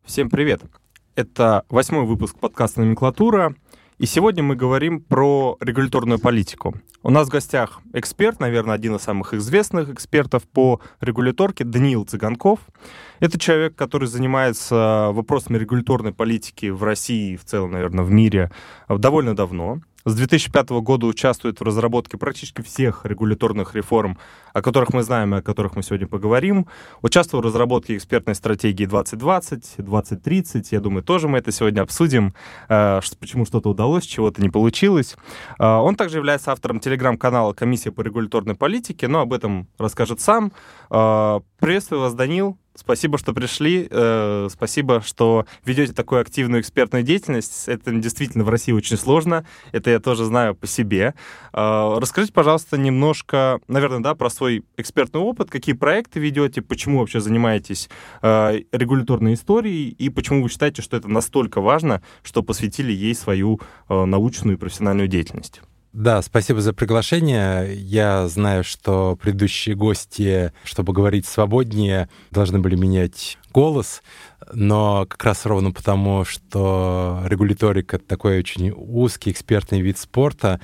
Всем привет! Это 8-й выпуск подкаста «Номенклатура», и сегодня мы говорим про регуляторную политику. У нас в гостях эксперт, наверное, один из самых известных экспертов по регуляторке, Даниил Цыганков. Это человек, который занимается вопросами регуляторной политики в России и в целом, наверное, в мире довольно давно. С 2005 года участвует в разработке практически всех регуляторных реформ, о которых мы знаем и о которых мы сегодня поговорим. Участвовал в разработке экспертной стратегии 2020, 2030. Я думаю, тоже мы это сегодня обсудим, почему что-то удалось, чего-то не получилось. Он также является автором телеграм-канала «Комиссия по регуляторной политике», но об этом расскажет сам. Приветствую вас, Даниил. Спасибо, что пришли. Спасибо, что ведете такую активную экспертную деятельность. Это действительно в России очень сложно. Это я тоже знаю по себе. Расскажите, пожалуйста, немножко, наверное, про свой экспертный опыт. Какие проекты ведете? Почему вообще занимаетесь регуляторной историей? И почему вы считаете, что это настолько важно, что посвятили ей свою научную и профессиональную деятельность? Да, спасибо за приглашение. Я знаю, что предыдущие гости, чтобы говорить свободнее, должны были менять голос, но как раз ровно потому, что регуляторика — это такой очень узкий экспертный вид спорта,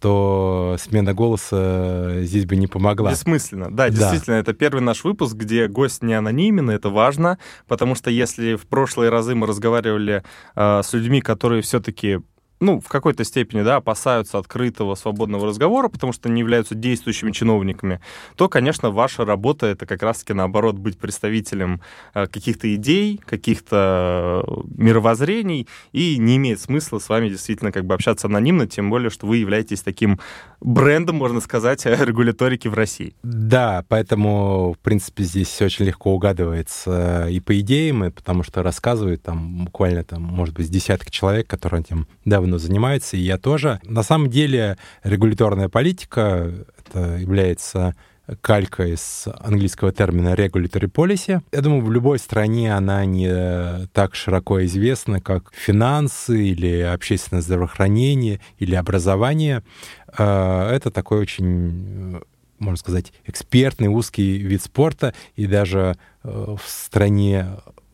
то смена голоса здесь бы не помогла. Бессмысленно. Да, действительно, это первый наш выпуск, где гость не анонимен, это важно, потому что если в прошлые разы мы разговаривали с людьми, которые все-таки в какой-то степени, опасаются открытого, свободного разговора, потому что они являются действующими чиновниками, то, конечно, ваша работа — это как раз-таки, наоборот, быть представителем каких-то идей, каких-то мировоззрений, и не имеет смысла с вами действительно общаться анонимно, тем более, что вы являетесь таким брендом, можно сказать, регуляторики в России. Да, поэтому, в принципе, здесь очень легко угадывается и по идеям, и потому что рассказывают буквально, может быть, десяток человек, которые этим давно занимаются, и я тоже. На самом деле регуляторная политика — это является калька из английского термина regulatory policy. Я думаю, в любой стране она не так широко известна, как финансы или общественное здравоохранение или образование. Это такой очень, можно сказать, экспертный, узкий вид спорта, и даже в стране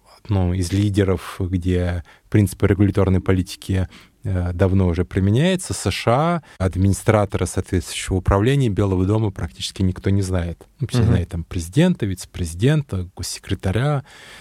из лидеров, где принципы регуляторной политики давно уже применяется, США, администратора соответствующего управления Белого дома практически никто не знает. Все знают президента, вице-президента, госсекретаря,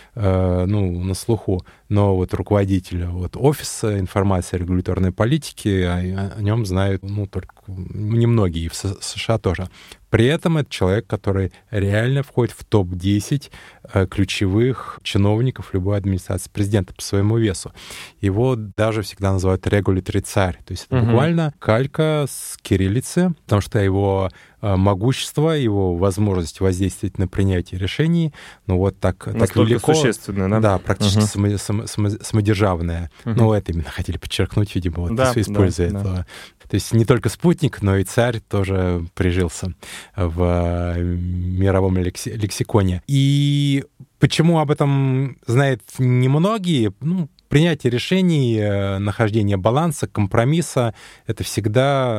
на слуху. Но руководителя офиса информации о регуляторной политике, о нем знают только немногие, и в США тоже. При этом это человек, который реально входит в топ-10 ключевых чиновников любой администрации президента по своему весу. Его даже всегда называют regulatory царь. То есть это буквально калька с кириллицы, потому что его могущество, его возможность воздействовать на принятие решений, так велико. Существенное, да? Да, практически самодержавное. Это именно хотели подчеркнуть, видимо, используя это. Да. То есть не только спутник, но и царь тоже прижился в мировом лексиконе. И почему об этом знают немногие? Принятие решений, нахождение баланса, компромисса — это всегда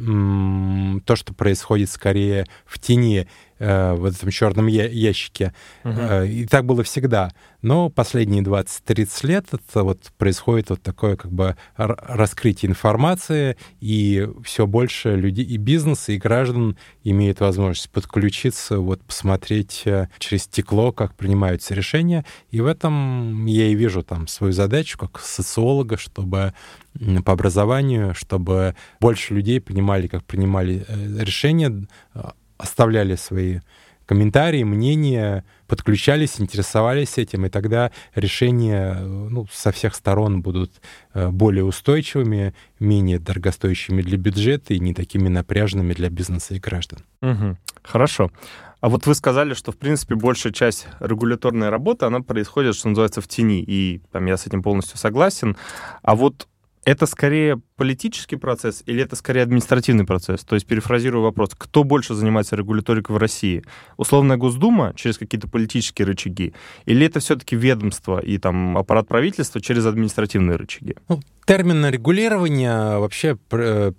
то, что происходит скорее в тени, в этом черном ящике. И так было всегда. Но последние 20-30 лет это происходит такое раскрытие информации, и все больше людей и бизнеса, и граждан имеют возможность подключиться, посмотреть через стекло, как принимаются решения. И в этом я и вижу свою задачу как социолога, чтобы по образованию, чтобы больше людей понимали, как принимали решения, оставляли свои комментарии, мнения, подключались, интересовались этим, и тогда решения со всех сторон будут более устойчивыми, менее дорогостоящими для бюджета и не такими напряженными для бизнеса и граждан. Хорошо. А вы сказали, что, в принципе, большая часть регуляторной работы, она происходит, что называется, в тени, и я с этим полностью согласен. А это скорее политический процесс или это скорее административный процесс? То есть, перефразирую вопрос, кто больше занимается регуляторикой в России? Условная Госдума через какие-то политические рычаги? Или это все-таки ведомство и аппарат правительства через административные рычаги? Термин регулирования вообще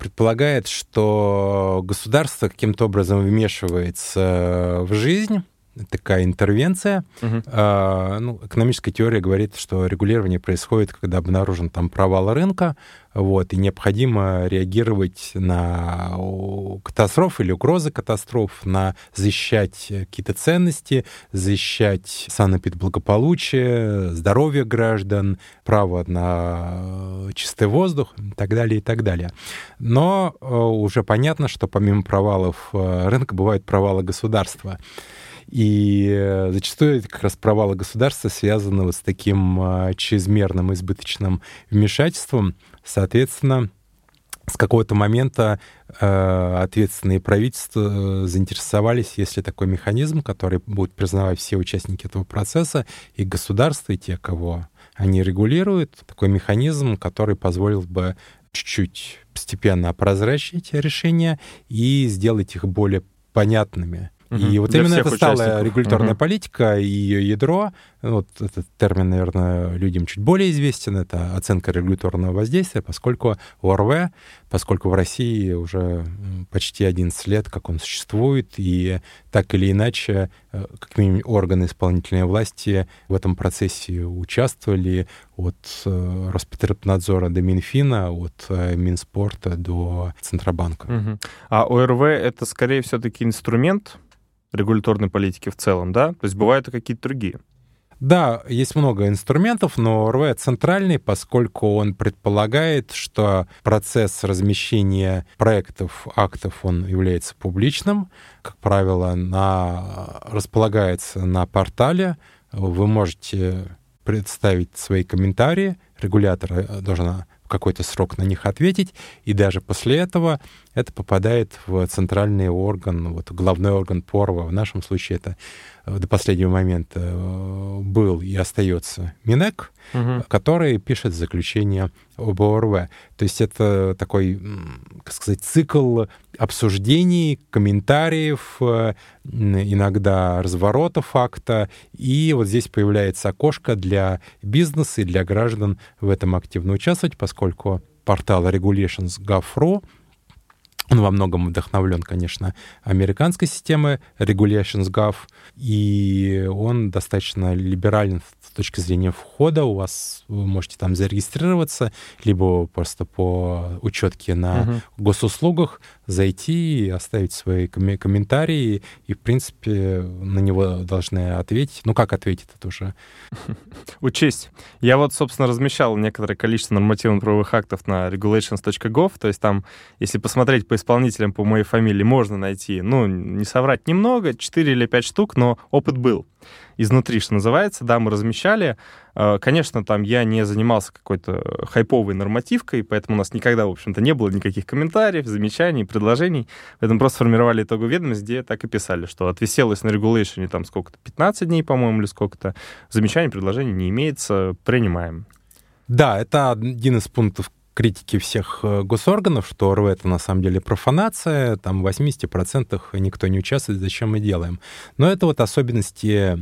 предполагает, что государство каким-то образом вмешивается в жизнь такая интервенция. Экономическая теория говорит, что регулирование происходит, когда обнаружен там провал рынка, и необходимо реагировать на катастрофы или угрозы катастроф, защищать какие-то ценности, защищать санэпидблагополучие, здоровье граждан, право на чистый воздух и так далее, и так далее. Но уже понятно, что помимо провалов рынка бывают провалы государства. И зачастую это как раз провалы государства связаны с таким чрезмерным избыточным вмешательством. Соответственно, с какого-то момента ответственные правительства заинтересовались, есть ли такой механизм, который будет признавать все участники этого процесса, и государство, и те, кого они регулируют, такой механизм, который позволил бы чуть-чуть постепенно опрозрачить решения и сделать их более понятными. И вот именно это стала регуляторная политика и ее ядро. Вот этот термин, наверное, людям чуть более известен. Это оценка регуляторного воздействия, поскольку ОРВ, поскольку в России уже почти 11 лет, как он существует, и так или иначе, как минимум, органы исполнительной власти в этом процессе участвовали от Роспотребнадзора до Минфина, от Минспорта до Центробанка. А ОРВ — это скорее все-таки инструмент регуляторной политики в целом, да? То есть бывают и какие-то другие? Да, есть много инструментов, но ОРВ центральный, поскольку он предполагает, что процесс размещения проектов, актов, он является публичным. Как правило, располагается на портале. Вы можете представить свои комментарии, регулятор должен в какой-то срок на них ответить, и даже после этого это попадает в центральный орган, главный орган по ОРВ. В нашем случае это до последнего момента был и остается Минэк, который пишет заключение об ОРВ. То есть это такой, как сказать, цикл обсуждений, комментариев, иногда разворота факта. И вот здесь появляется окошко для бизнеса и для граждан в этом активно участвовать, поскольку портал regulations.gov.ru, он во многом вдохновлен, конечно, американской системой Regulations.gov, и он достаточно либерален с точки зрения входа. Вы можете там зарегистрироваться, либо просто по учетке на госуслугах зайти и оставить свои комментарии, и, в принципе, на него должны ответить. Ну, как ответить, это уже... Учесть. Я собственно, размещал некоторое количество нормативно-правовых актов на regulations.gov, то есть там, если посмотреть по исполнителям по моей фамилии, можно найти, не соврать, немного, 4 или 5 штук, но опыт был. Изнутри, что называется, да, мы размещали. Конечно, там я не занимался какой-то хайповой нормативкой, поэтому у нас никогда, в общем-то, не было никаких комментариев, замечаний, предложений. Поэтому просто формировали итоговую ведомость, где так и писали, что отвиселось на регулейшене там сколько-то, 15 дней, по-моему, или сколько-то. Замечаний, предложений не имеется, принимаем. Да, это один из пунктов критики всех госорганов, что ОРВ — это на самом деле профанация, там в 80% никто не участвует, зачем мы делаем. Но это особенности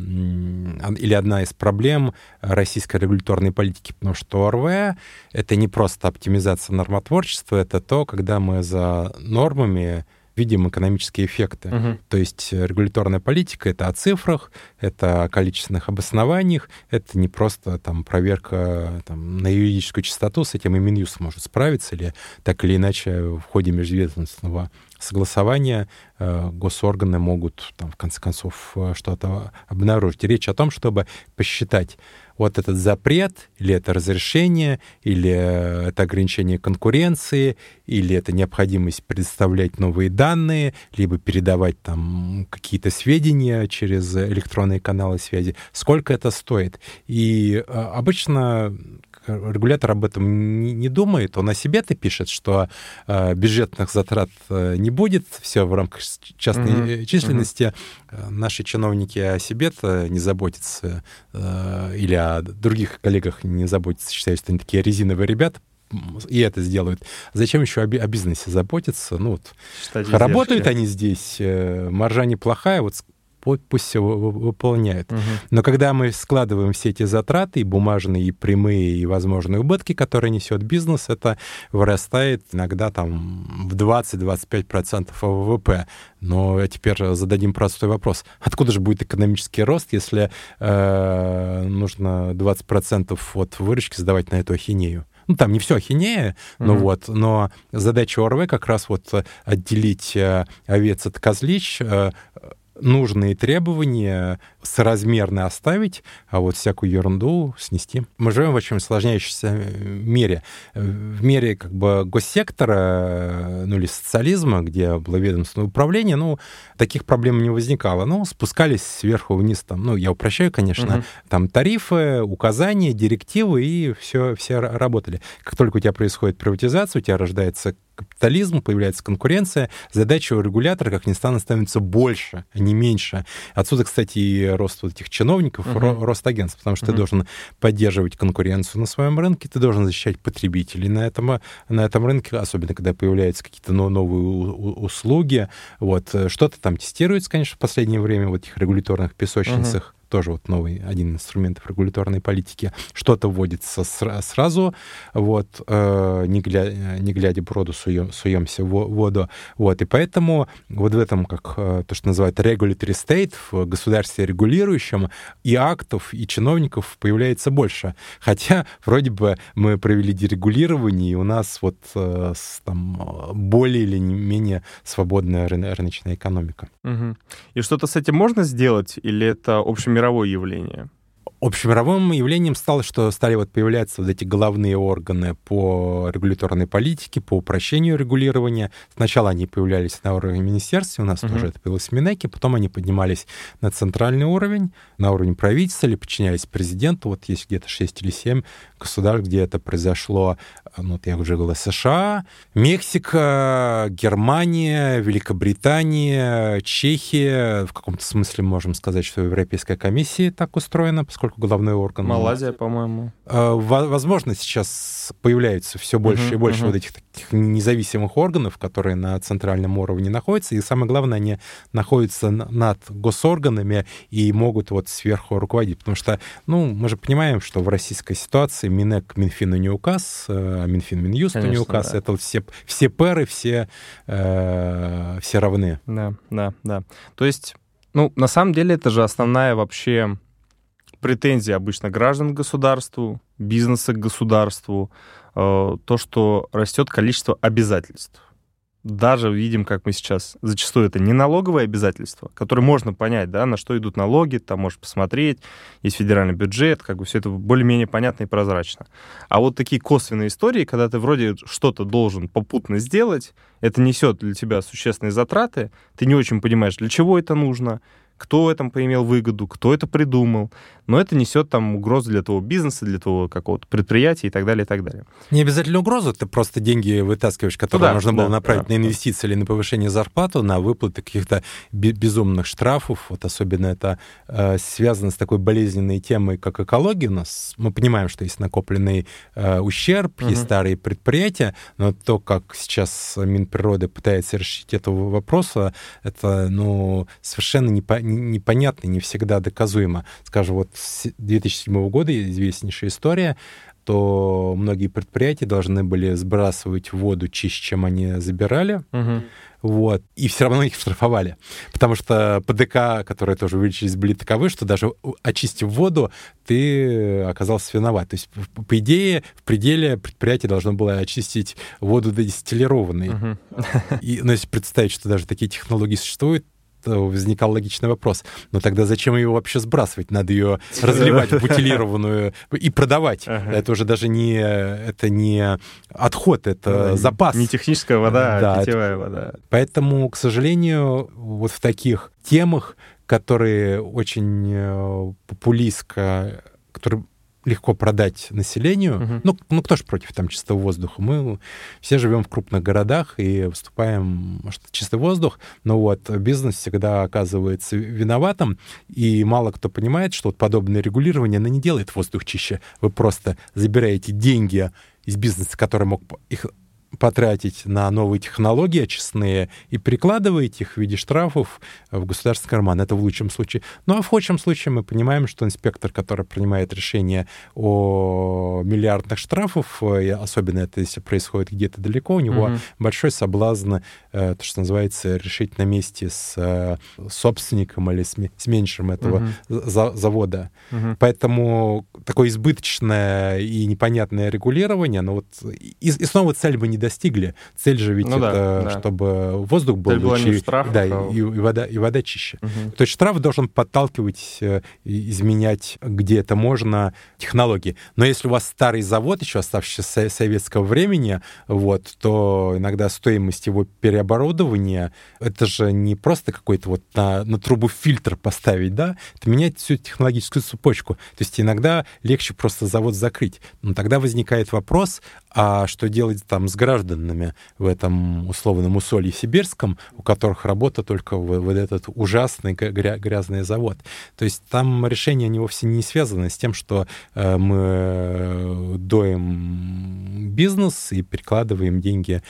или одна из проблем российской регуляторной политики, потому что ОРВ — это не просто оптимизация нормотворчества, это то, когда мы за нормами видим экономические эффекты. То есть регуляторная политика — это о цифрах, это о количественных обоснованиях, это не просто проверка на юридическую чистоту, с этим и Минюст может справиться, или так или иначе в ходе межведомственного согласования госорганы могут, в конце концов, что-то обнаружить. Речь о том, чтобы посчитать, этот запрет, или это разрешение, или это ограничение конкуренции, или это необходимость предоставлять новые данные, либо передавать какие-то сведения через электронные каналы связи. Сколько это стоит? И обычно регулятор об этом не думает. Он о себе-то пишет, что бюджетных затрат не будет, все в рамках частной численности. Наши чиновники о себе-то не заботятся, или о других коллегах не заботятся, считают, что они такие резиновые ребята, и это сделают. Зачем еще о бизнесе заботиться? Работают они здесь, маржа неплохая, пусть все выполняют. Но когда мы складываем все эти затраты, и бумажные, и прямые, и возможные убытки, которые несет бизнес, это вырастает иногда там в 20-25% ВВП. Но теперь зададим простой вопрос. Откуда же будет экономический рост, если нужно 20% от выручки сдавать на эту ахинею? Ну, там не все ахинея, но задача ОРВ как раз отделить овец от козлищ, нужные требования соразмерно оставить, а всякую ерунду снести. Мы живем в очень сложняющемся мире. В мире госсектора, или социализма, где было ведомственное управление, таких проблем не возникало. Спускались сверху вниз, я упрощаю, конечно, там тарифы, указания, директивы, и все работали. Как только у тебя происходит приватизация, у тебя рождается капитализм, появляется конкуренция, задача у регулятора, как ни странно, становится больше, а не меньше. Отсюда, кстати, и рост этих чиновников, рост агентств, потому что ты должен поддерживать конкуренцию на своем рынке, ты должен защищать потребителей на этом рынке, особенно когда появляются какие-то новые услуги. Что-то там тестируется, конечно, в последнее время в этих регуляторных песочницах. Тоже новый один из инструментов регуляторной политики. Что-то вводится сразу, не глядя броду суемся в воду. И поэтому в этом, как то, что называют regulatory state, в государстве регулирующем, и актов, и чиновников появляется больше. Хотя вроде бы мы провели дерегулирование, и у нас более или менее свободная рыночная экономика. И что-то с этим можно сделать, или это общемировое явление? Общемировым явлением стало, что стали появляться эти головные органы по регуляторной политике, по упрощению регулирования. Сначала они появлялись на уровне министерства, у нас тоже это появилось в Минэке, потом они поднимались на центральный уровень, на уровень правительства, или подчинялись президенту. Есть где-то 6 или 7 государств, где это произошло. Я уже говорил, США, Мексика, Германия, Великобритания, Чехия. В каком-то смысле можем сказать, что Европейская комиссия так устроена, поскольку головной орган... Малайзия, по-моему. Возможно, сейчас появляется все больше и больше этих таких независимых органов, которые на центральном уровне находятся, и самое главное, они находятся над госорганами и могут сверху руководить. Потому что, мы же понимаем, что в российской ситуации Минэк Минфину не указ, а Минфин Минюсту не указ. Да. Это все пэры, все равны. Да. То есть, на самом деле, это же основная вообще претензия обычно граждан к государству, бизнеса к государству, то, что растет количество обязательств. Даже видим, как мы сейчас, зачастую это не налоговые обязательства, которые можно понять, на что идут налоги, там можешь посмотреть, есть федеральный бюджет, все это более-менее понятно и прозрачно. А такие косвенные истории, когда ты вроде что-то должен попутно сделать, это несет для тебя существенные затраты, ты не очень понимаешь, для чего это нужно, кто этом поимел выгоду, кто это придумал, но это несет угрозу для твоего бизнеса, для твоего какого-то предприятия и так далее, и так далее. Не обязательно угрозу, ты просто деньги вытаскиваешь, которые нужно было направить на инвестиции или на повышение зарплаты, на выплаты каких-то безумных штрафов. Особенно это связано с такой болезненной темой, как экология у нас. Мы понимаем, что есть накопленный ущерб, есть старые предприятия, но то, как сейчас Минприроды пытается решить этого вопроса, это совершенно непонятно, не всегда доказуемо. Скажем, с 2007 года известнейшая история, то многие предприятия должны были сбрасывать воду чище, чем они забирали. И все равно их штрафовали. Потому что ПДК, которые тоже увеличились, были таковы, что даже очистив воду, ты оказался виноват. То есть, по идее, в пределе предприятие должно было очистить воду дистиллированной. Но если представить, что даже такие технологии существуют, возникал логичный вопрос. Но тогда зачем ее вообще сбрасывать? Надо ее разливать в бутилированную и продавать. Это уже даже не отход, это запас. Не техническая вода, а питьевая вода. Поэтому, к сожалению, в таких темах, которые очень популистско, которые легко продать населению. Кто же против чистого воздуха? Мы все живем в крупных городах и выступаем, может, чистый воздух, но бизнес всегда оказывается виноватым, и мало кто понимает, что подобное регулирование, оно не делает воздух чище. Вы просто забираете деньги из бизнеса, который мог их потратить на новые технологии очистные и перекладываете их в виде штрафов в государственный карман. Это в лучшем случае. Ну, а в худшем случае мы понимаем, что инспектор, который принимает решение о миллиардных штрафов, и особенно это если происходит где-то далеко, у него большой соблазн, то, что называется, решить на месте с собственником или с меньшим этого завода. Поэтому такое избыточное и непонятное регулирование, но вот и снова цель бы не достигли. Цель же ведь чтобы воздух был лучше, и вода чище. То есть штраф должен подталкивать, изменять, где это можно, технологии. Но если у вас старый завод, еще оставшийся с советского времени, вот, то иногда стоимость его переоборудования, это же не просто какой-то вот на трубу фильтр поставить, да, это менять всю технологическую цепочку. То есть иногда легче просто завод закрыть. Но тогда возникает вопрос, а что делать там с гражданами в этом условном Усолье Сибирском, у которых работа только вот этот ужасный грязный завод. То есть там решения, они вовсе не связаны с тем, что мы доим бизнес и перекладываем деньги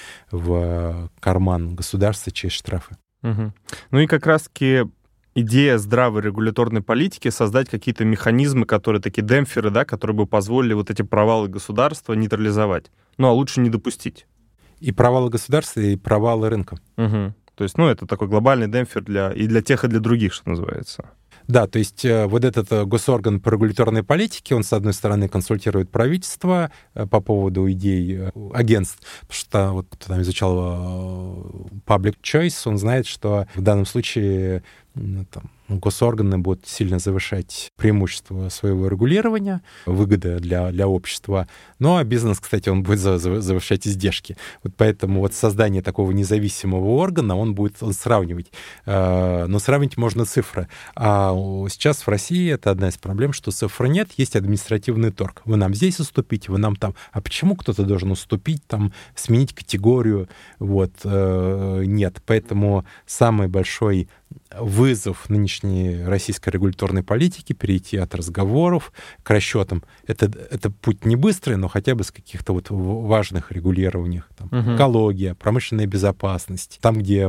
в карман государства через штрафы. Ну и как раз-таки идея здравой регуляторной политики — создать какие-то механизмы, которые такие демпферы, да, которые бы позволили вот эти провалы государства нейтрализовать. Ну, а лучше не допустить. И провалы государства, и провалы рынка. То есть, это такой глобальный демпфер и для тех, и для других, что называется. Да, то есть вот этот госорган по регуляторной политике, он, с одной стороны, консультирует правительство по поводу идей агентств, потому что вот кто там изучал Public Choice, он знает, что в данном случае госорганы будут сильно завышать преимущество своего регулирования, выгоды для общества. Ну, а бизнес, кстати, он будет завышать издержки. Вот поэтому вот создание такого независимого органа, он будет сравнивать. Но сравнить можно цифры. А сейчас в России это одна из проблем, что цифр нет, есть административный торг. Вы нам здесь уступите, вы нам там. А почему кто-то должен уступить, там, сменить категорию? Вот, нет. Поэтому самый большой вызов нынешней российской регуляторной политики — перейти от разговоров к расчетам. Это путь не быстрый, но хотя бы с каких-то вот важных регулирований. Экология, промышленная безопасность. Там, где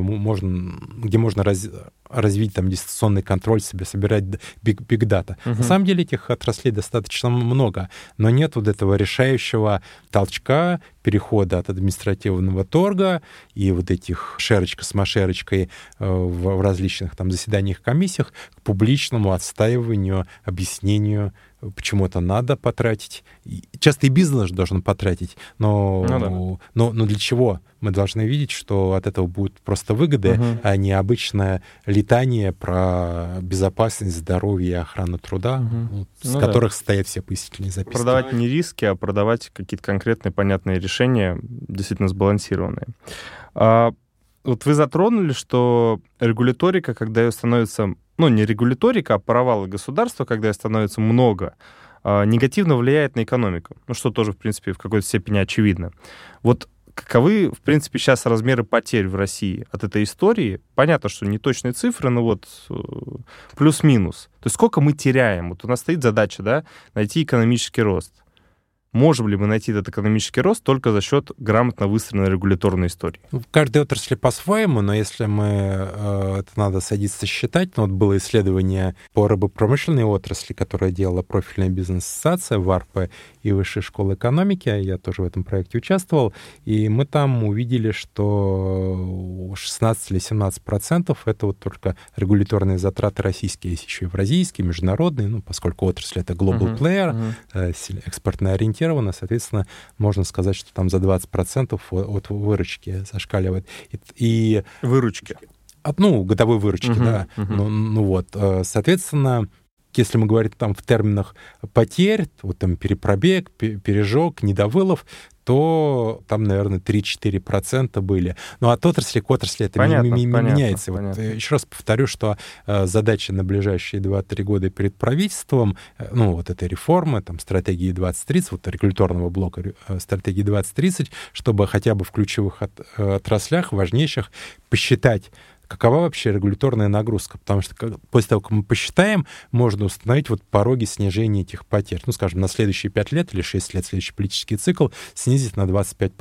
можно развить там дистанционный контроль, собирать big data. На самом деле этих отраслей достаточно много, но нет вот этого решающего толчка, перехода от административного торга и вот этих шерочка с машерочкой в различных там заседаниях, комиссиях к публичному отстаиванию, объяснению, почему это надо потратить. Часто и бизнес должен потратить, но для чего? Мы должны видеть, что от этого будет просто выгоды, а не обычное летание про безопасность, здоровье и охрану труда, с которых стоят все пояснительные записки. Продавать не риски, а продавать какие-то конкретные, понятные решения, действительно сбалансированные. Вот вы затронули, что регуляторика, когда ее становится... не регуляторика, а провалы государства, когда ее становится много, негативно влияет на экономику. Что тоже, в принципе, в какой-то степени очевидно. Вот каковы, в принципе, сейчас размеры потерь в России от этой истории? Понятно, что не точные цифры, но вот плюс-минус. То есть сколько мы теряем? Вот у нас стоит задача, да, найти экономический рост. Можем ли мы найти этот экономический рост только за счет грамотно выстроенной регуляторной истории? В каждой отрасли по-своему, но если это надо садиться считать, вот было исследование по рыбопромышленной отрасли, которое делала профильная бизнес-ассоциация ВАРПа и Высшая школа экономики, я тоже в этом проекте участвовал, и мы там увидели, что 16 или 17% это вот только регуляторные затраты российские, есть еще евразийские, международные, поскольку отрасль это global player, экспортно ориентированная, соответственно, можно сказать, что там за 20% от выручки зашкаливает. И выручки? Годовой выручки, да. Соответственно, если мы говорим там в терминах потерь, вот там перепробег, пережог, недовылов, то там, наверное, 3-4% были. От отрасли к отрасли это меняется. Понятно. Еще раз повторю, что задача на ближайшие 2-3 года перед правительством, этой реформы, там, стратегии 2030, регуляторного блока стратегии 2030, чтобы хотя бы в ключевых отраслях, важнейших, посчитать, какова вообще регуляторная нагрузка, потому что после того, как мы посчитаем, можно установить вот пороги снижения этих потерь. Ну, скажем, на следующие 5 лет или 6 лет следующий политический цикл снизить на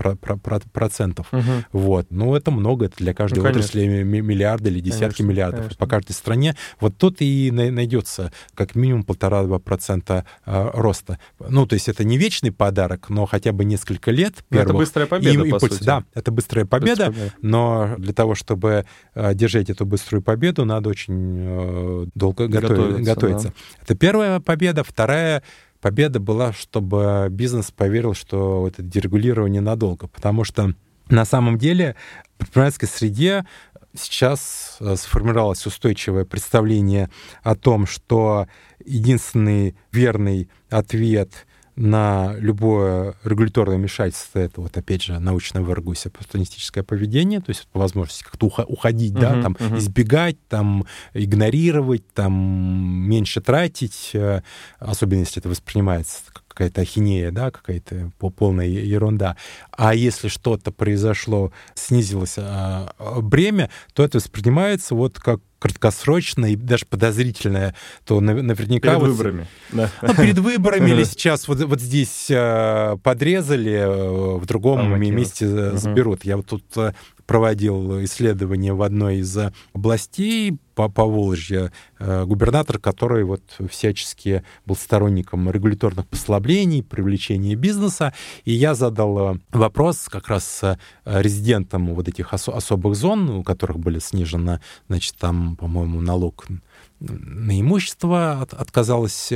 25%. Вот. Ну, это много, это для каждой отрасли миллиарды или десятки миллиардов по каждой стране. Вот тут и найдется как минимум 1,5-2% роста. Ну, то есть это не вечный подарок, но хотя бы несколько лет первых. Это быстрая победа, по сути. Да, это быстрая победа, но для того, чтобы держать эту быструю победу, надо очень долго готовиться. Да. Это первая победа. Вторая победа была, чтобы бизнес поверил, что это дерегулирование надолго, потому что на самом деле в предпринимательской среде сейчас сформировалось устойчивое представление о том, что единственный верный ответ на любое регуляторное вмешательство — это вот опять же научное в Аргусе оппортунистическое поведение, то есть по возможности как-то уходить, да, там, избегать, там, игнорировать, там, меньше тратить, особенно если это воспринимается как какая-то ахинея, да, какая-то полная ерунда. А если что-то произошло, снизилось бремя, то это воспринимается вот как краткосрочное и даже подозрительное, то наверняка... Перед выборами. Да. Ну, перед выборами или сейчас вот здесь подрезали, в другом месте заберут. Я вот тут проводил исследование в одной из областей по Поволжье, губернатор, который вот всячески был сторонником регуляторных послаблений, привлечения бизнеса, и я задал вопрос как раз резидентам вот этих особых зон, у которых были снижены, значит, там, по-моему, налог на имущество отказался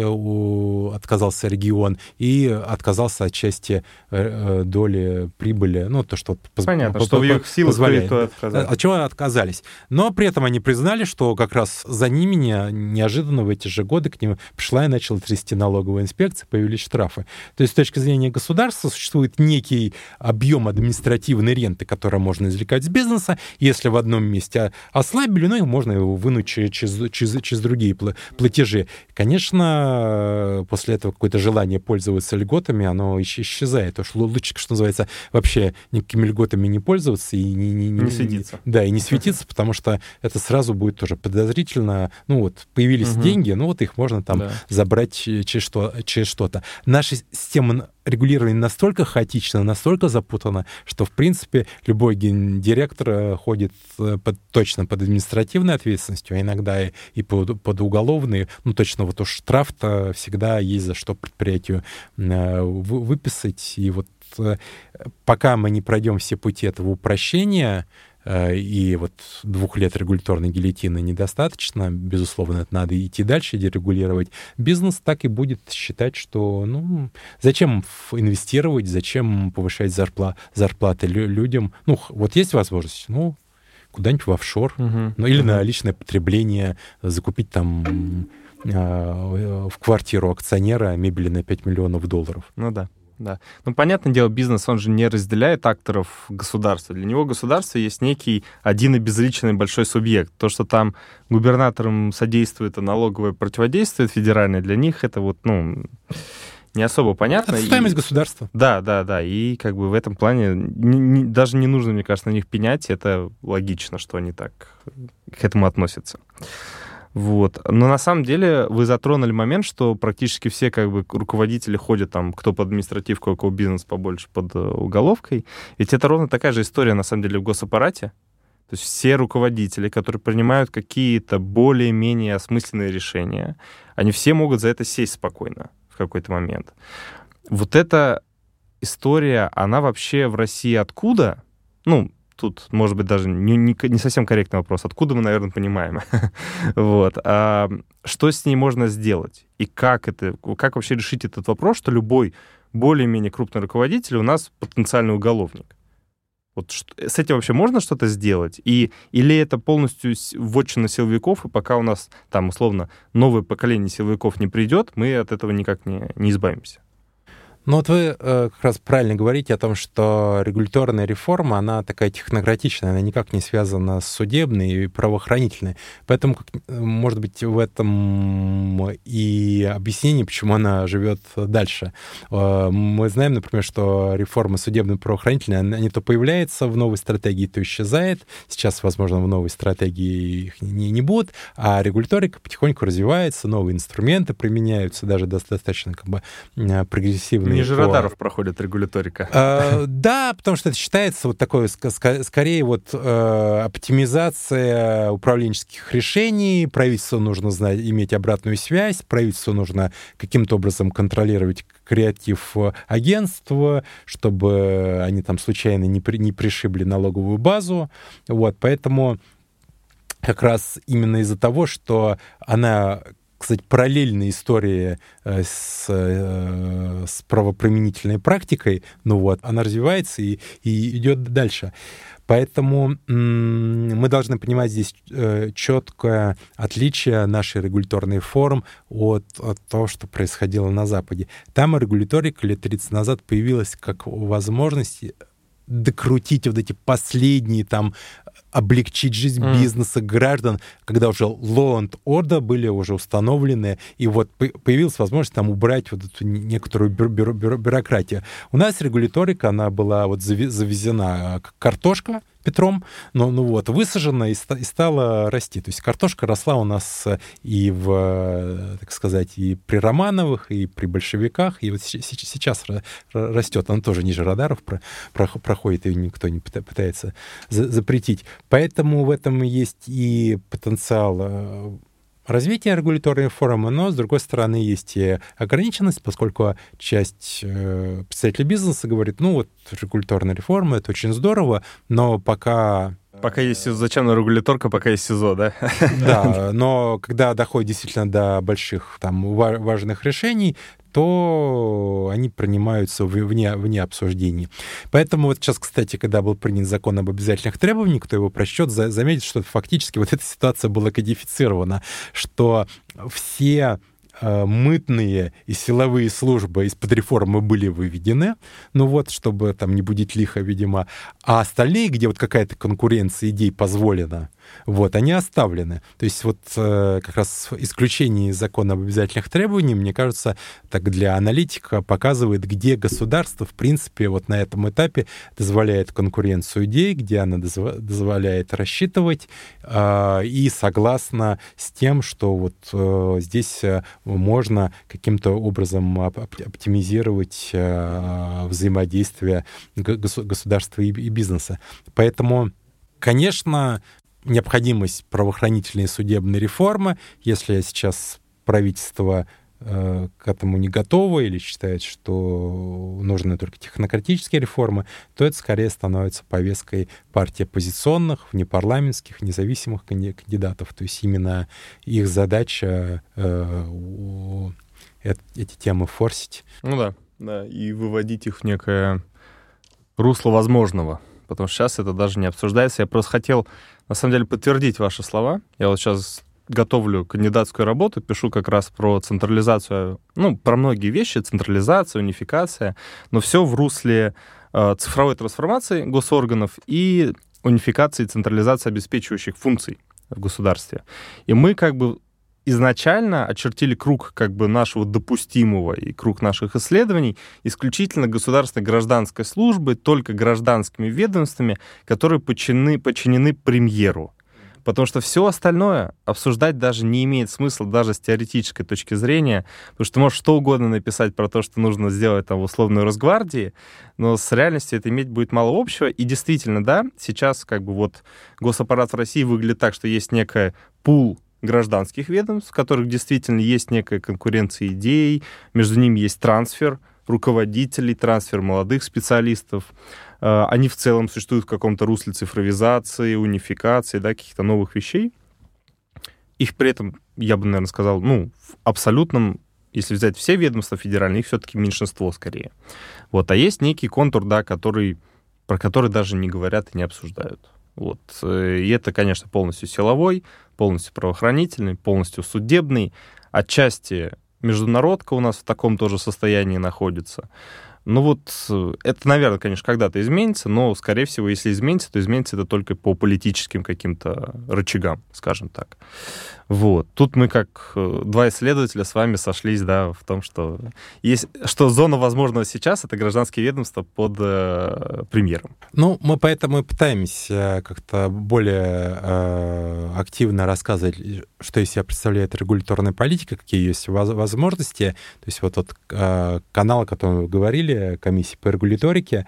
регион и отказался от части доли прибыли, ну, то, что понятно, что в их силах позволяет. От чего отказались. Но при этом они признали, что как раз за ними неожиданно в эти же годы к ним пришла и начала трясти налоговая инспекция, появились штрафы. То есть с точки зрения государства существует некий объем административной ренты, который можно извлекать из бизнеса. Если в одном месте ослабили, ну, и можно его вынуть через другие платежи. Конечно, после этого какое-то желание пользоваться льготами, оно исчезает. Уж лучше, что называется, вообще никакими льготами не пользоваться и не светиться. Да, и не светиться, потому что это сразу будет тоже подозрительно. Ну вот, появились деньги, ну вот их можно там забрать через что-то. Наша система регулирование настолько хаотично, настолько запутано, что, в принципе, любой гендиректор ходит точно под административной ответственностью, а иногда и под уголовной. Ну, точно вот уж штраф-то всегда есть за что предприятию выписать. И вот пока мы не пройдем все пути этого упрощения, и вот 2 лет регуляторной гильотины недостаточно, безусловно, это надо идти дальше, дерегулировать. Бизнес так и будет считать, что, ну, зачем инвестировать, зачем повышать зарплаты людям. Ну, вот есть возможность, ну, куда-нибудь в офшор, ну, или на личное потребление, закупить там в квартиру акционера мебели на $5 миллионов. Ну да. Да. Ну, понятное дело, бизнес, он же не разделяет акторов государства. Для него государство есть некий один и безличный большой субъект. То, что там губернаторам содействует, а налоговое противодействует федеральное, для них это вот, ну, не особо понятно. Это стоимость государства. Да. И как бы в этом плане даже не нужно, мне кажется, на них пенять. Это логично, что они так к этому относятся. Вот. Но на самом деле вы затронули момент, что практически все как бы руководители ходят там, кто под административку, у кого бизнес побольше под уголовкой. Ведь это ровно такая же история, на самом деле, в госаппарате. То есть все руководители, которые принимают какие-то более-менее осмысленные решения, они все могут за это сесть спокойно в какой-то момент. Вот эта история, она вообще в России откуда? Ну, тут, может быть, даже не совсем корректный вопрос. Откуда мы, наверное, понимаем. Вот. А что с ней можно сделать? И как вообще решить этот вопрос, что любой более-менее крупный руководитель у нас потенциальный уголовник? Вот с этим вообще можно что-то сделать? Или это полностью вотчина силовиков, и пока у нас там, условно, новое поколение силовиков не придет, мы от этого никак не избавимся? Ну вот вы как раз правильно говорите о том, что регуляторная реформа, она такая технократичная, она никак не связана с судебной и правоохранительной. Поэтому, может быть, в этом и объяснение, почему она живет дальше. Мы знаем, например, что реформа судебной и правоохранительной, они то появляется в новой стратегии, то исчезает. Сейчас, возможно, в новой стратегии их не будет, а регуляторика потихоньку развивается, новые инструменты применяются, даже достаточно прогрессивные. Ниже радаров проходит регуляторика. Да, потому что это считается вот такое, скорее вот оптимизация управленческих решений. Правительству нужно иметь обратную связь, правительству нужно каким-то образом контролировать креатив агентства, чтобы они там случайно не пришибли налоговую базу. Вот, поэтому как раз именно из-за того, что она, кстати, параллельная история с правоприменительной практикой, она развивается и идет дальше. Поэтому мы должны понимать здесь четкое отличие нашей регуляторной формы от того, что происходило на Западе. Там регуляторика лет 30 назад появилась как возможность докрутить вот эти последние, облегчить жизнь бизнеса, граждан, когда уже law and order были уже установлены, и вот появилась возможность убрать вот эту некоторую бюрократию. У нас регуляторика, она была вот завезена как картошка Петром, высажена и стала расти. То есть картошка росла у нас и так сказать, и при Романовых, и при большевиках, и вот сейчас растет. Она тоже ниже радаров проходит, ее никто не пытается запретить. Поэтому в этом есть и потенциал развития регуляторной формы, но, с другой стороны, есть и ограниченность, поскольку часть представителей бизнеса говорит, регуляторная реформа — это очень здорово, но пока... Пока есть СИЗО, зачем регуляторка, пока есть СИЗО, да? Да, но когда доходит действительно до больших важных решений, то они принимаются вне обсуждений. Поэтому вот сейчас, кстати, когда был принят закон об обязательных требованиях, кто его прочтет, заметит, что фактически вот эта ситуация была кодифицирована, что все мытные и силовые службы из-под реформы были выведены, чтобы не будить лихо, видимо, а остальные, где вот какая-то конкуренция идей позволена, они оставлены. То есть как раз исключение из закона об обязательных требованиях, мне кажется, так для аналитика показывает, где государство, в принципе, на этом этапе дозволяет конкуренцию идей, где она дозволяет рассчитывать, и согласно с тем, что здесь можно каким-то образом оптимизировать взаимодействие государства и бизнеса. Поэтому, конечно, необходимость правоохранительной и судебной реформы, если сейчас правительство к этому не готово или считает, что нужны только технократические реформы, то это скорее становится повесткой партий оппозиционных, внепарламентских, независимых кандидатов. То есть именно их задача эти темы форсить. Да, и выводить их в некое русло возможного. Потому что сейчас это даже не обсуждается. Я просто хотел, на самом деле, подтвердить ваши слова. Я сейчас готовлю кандидатскую работу, пишу как раз про централизацию, про многие вещи, централизация, унификация, но все в русле цифровой трансформации госорганов и унификации и централизации обеспечивающих функций в государстве. И мы изначально очертили круг нашего допустимого и круг наших исследований исключительно государственной гражданской службы, только гражданскими ведомствами, которые подчинены премьеру. Потому что все остальное обсуждать даже не имеет смысла, даже с теоретической точки зрения, потому что можешь что угодно написать про то, что нужно сделать в условной Росгвардии, но с реальностью это иметь будет мало общего. И действительно, да, сейчас госаппарат в России выглядит так, что есть некая пул гражданских ведомств, в которых действительно есть некая конкуренция идей, между ними есть трансфер руководителей, трансфер молодых специалистов. Они в целом существуют в каком-то русле цифровизации, унификации, каких-то новых вещей. Их при этом, я бы, наверное, сказал, в абсолютном, если взять все ведомства федеральные, их все-таки меньшинство скорее. А есть некий контур, про который даже не говорят и не обсуждают. И это, конечно, полностью силовой, полностью правоохранительный, полностью судебный, отчасти международка у нас в таком тоже состоянии находится. Ну вот это, наверное, конечно, когда-то изменится, но, скорее всего, если изменится, то изменится это только по политическим каким-то рычагам, скажем так. Вот. Тут мы, как два исследователя, с вами сошлись, да, в том, что зона возможного сейчас — это гражданские ведомства под премьером. Ну, мы поэтому и пытаемся как-то более активно рассказывать, что из себя представляет регуляторная политика, какие есть возможности. То есть вот тот канал, о котором вы говорили, комиссии по регуляторике,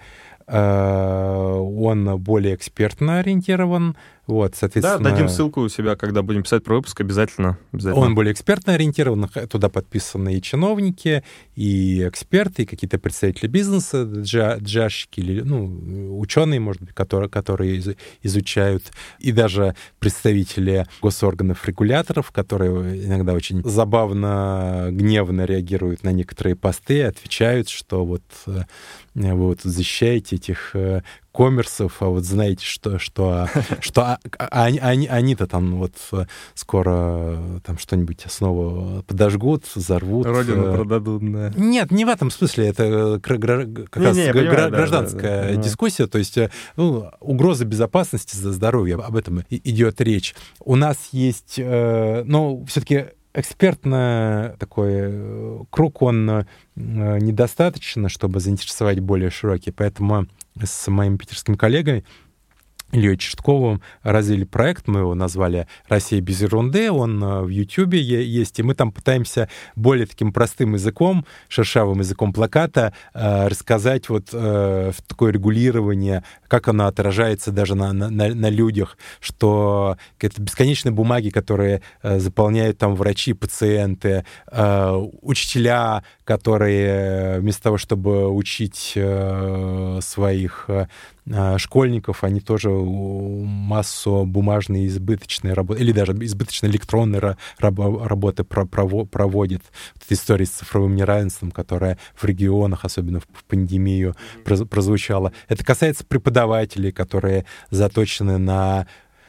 он более экспертно ориентирован. Вот, соответственно, да, дадим ссылку у себя, когда будем писать про выпуск, обязательно. Он более экспертно ориентирован, туда подписаны и чиновники, и эксперты, и какие-то представители бизнеса, джашики, или ученые, может быть, которые изучают, и даже представители госорганов, регуляторов, которые иногда очень забавно, гневно реагируют на некоторые посты, отвечают, что вот вы вот защищаете этих коммерсов, а вот знаете, что они-то там вот скоро там что-нибудь снова подожгут, взорвут. Родину продадут, да. Нет, не в этом смысле, это как раз гражданская дискуссия, то есть угроза безопасности, здоровья, об этом идет речь. У нас есть, все-таки экспертный такой круг, он недостаточно, чтобы заинтересовать более широкий, поэтому с моим питерским коллегой Ильей Чертковым развили проект, мы его назвали «Россия без ерунды», он в Ютьюбе есть, и мы там пытаемся более таким простым языком, шершавым языком плаката рассказать вот такое регулирование, как оно отражается даже на людях, что это бесконечные бумаги, которые заполняют там врачи, пациенты, учителя, которые вместо того, чтобы учить своих школьников, они тоже массу бумажной избыточной работы, или даже избыточно электронной работы проводят. Вот эта история с цифровым неравенством, которая в регионах, особенно в пандемию, прозвучала. Это касается преподавателей, которые заточены на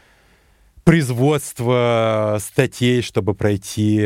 производство статей, чтобы пройти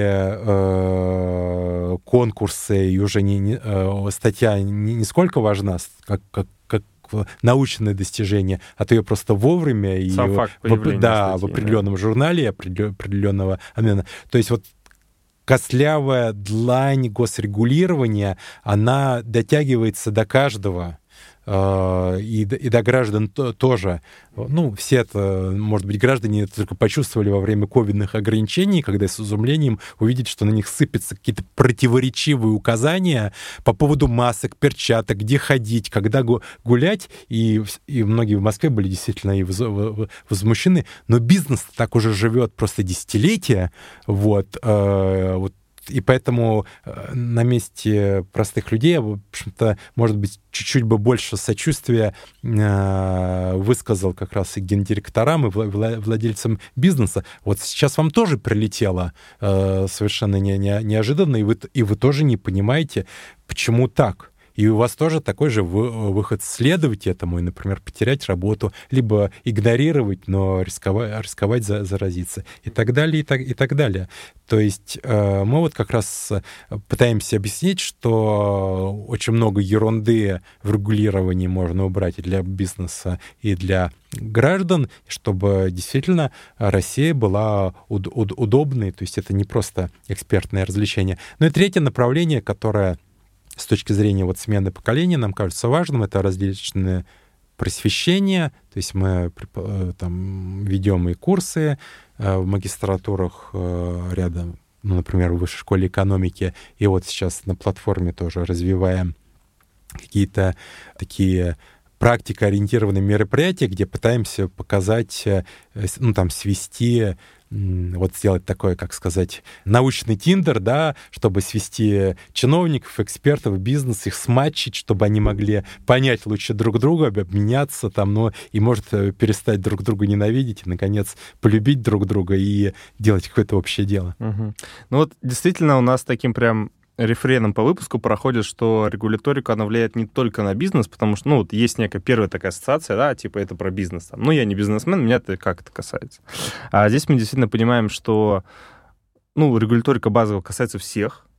конкурсы, и уже статья не сколько важна, как научное достижение, а то ее просто вовремя и в определенном журнале определенного обмена. То есть вот костлявая длань госрегулирования, она дотягивается до каждого. И до граждан тоже. Все это, может быть, граждане это только почувствовали во время ковидных ограничений, когда с изумлением увидели, что на них сыпятся какие-то противоречивые указания по поводу масок, перчаток, где ходить, когда гулять. И многие в Москве были действительно и возмущены. Но бизнес так уже живет просто десятилетия. И поэтому на месте простых людей я, в общем-то, может быть, чуть-чуть бы больше сочувствия высказал как раз и гендиректорам, и владельцам бизнеса. Вот сейчас вам тоже прилетело совершенно неожиданно, и вы тоже не понимаете, почему так. И у вас тоже такой же выход: следовать этому и, например, потерять работу, либо игнорировать, но рисковать заразиться, и так далее, и так далее. То есть мы вот как раз пытаемся объяснить, что очень много ерунды в регулировании можно убрать и для бизнеса, и для граждан, чтобы действительно Россия была удобной. То есть это не просто экспертное развлечение. Ну и третье направление, которое с точки зрения вот смены поколения нам кажется важным, это различные просвещения. То есть мы там ведем и курсы в магистратурах рядом, например, в Высшей школе экономики, и вот сейчас на платформе тоже развиваем какие-то такие практикоориентированные мероприятия, где пытаемся показать, свести, сделать такой, как сказать, научный Тиндер, да, чтобы свести чиновников, экспертов, бизнес, их сматчить, чтобы они могли понять лучше друг друга, обменяться и, может, перестать друг друга ненавидеть, и, наконец, полюбить друг друга и делать какое-то общее дело. Угу. Действительно, у нас таким прям рефреном по выпуску проходит, что регуляторика, она влияет не только на бизнес, потому что, есть некая первая такая ассоциация, да, типа это про бизнес. Я не бизнесмен, меня это как это касается. А здесь мы действительно понимаем, что, регуляторика базово касается всех,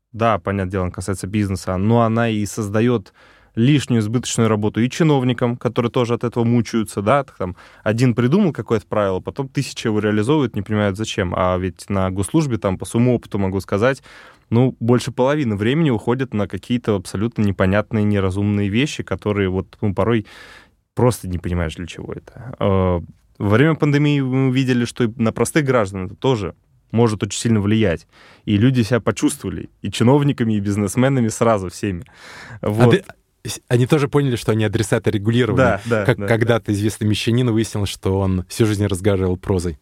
да, понятное дело, касается бизнеса, но она и создает лишнюю избыточную работу и чиновникам, которые тоже от этого мучаются, да, там один придумал какое-то правило, потом 1000 его реализовывают, не понимают зачем, а ведь на госслужбе, там, по своему опыту могу сказать, больше половины времени уходит на какие-то абсолютно непонятные, неразумные вещи, которые порой просто не понимаешь, для чего это. Во время пандемии мы увидели, что и на простых граждан это тоже может очень сильно влиять. И люди себя почувствовали, и чиновниками, и бизнесменами сразу всеми. Вот. Они тоже поняли, что они адресаты регулированы. Да, когда-то известный мещанин выяснил, что он всю жизнь разговаривал прозой.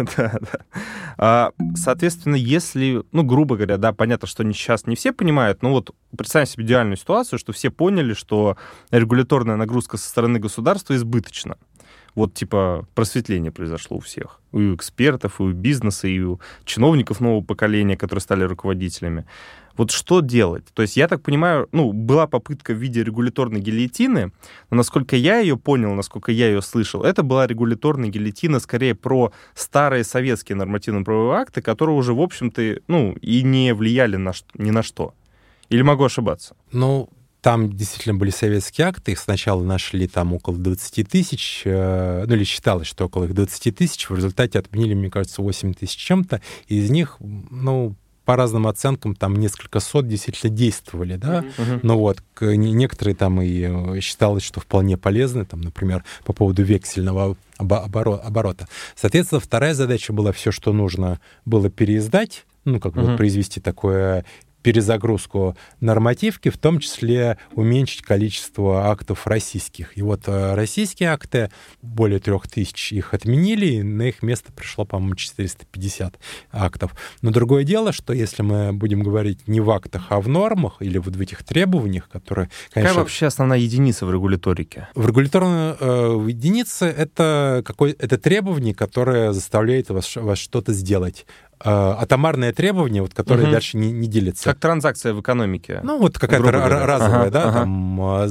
Да. Соответственно, если, грубо говоря, да, понятно, что сейчас не все понимают, представим себе идеальную ситуацию, что все поняли, что регуляторная нагрузка со стороны государства избыточна. Просветление произошло у всех. И у экспертов, и у бизнеса, и у чиновников нового поколения, которые стали руководителями. Что делать? То есть, я так понимаю, была попытка в виде регуляторной гильотины, но насколько я ее понял, насколько я ее слышал, это была регуляторная гильотина скорее про старые советские нормативно-правовые акты, которые уже, в общем-то, и не влияли ни на что. Или могу ошибаться? Там действительно были советские акты, их сначала нашли там около 20 тысяч, или считалось, что около 20 тысяч, в результате отменили, мне кажется, 8 тысяч чем-то, и из них, по разным оценкам, там несколько сот действительно действовали, да, но некоторые там и считалось, что вполне полезны, там, например, по поводу вексельного оборота. Соответственно, вторая задача была все, что нужно было переиздать, произвести такое перезагрузку нормативки, в том числе уменьшить количество актов российских. И российские акты, более 3000 их отменили, и на их место пришло, по-моему, 450 актов. Но другое дело, что если мы будем говорить не в актах, а в нормах или в этих требованиях, которые, конечно... Какая вообще основная единица в регуляторике? В регуляторной единице это требование, которое заставляет вас что-то сделать. Атомарное требование, которое дальше не делится. Как транзакция в экономике. Какая-то разовая, там,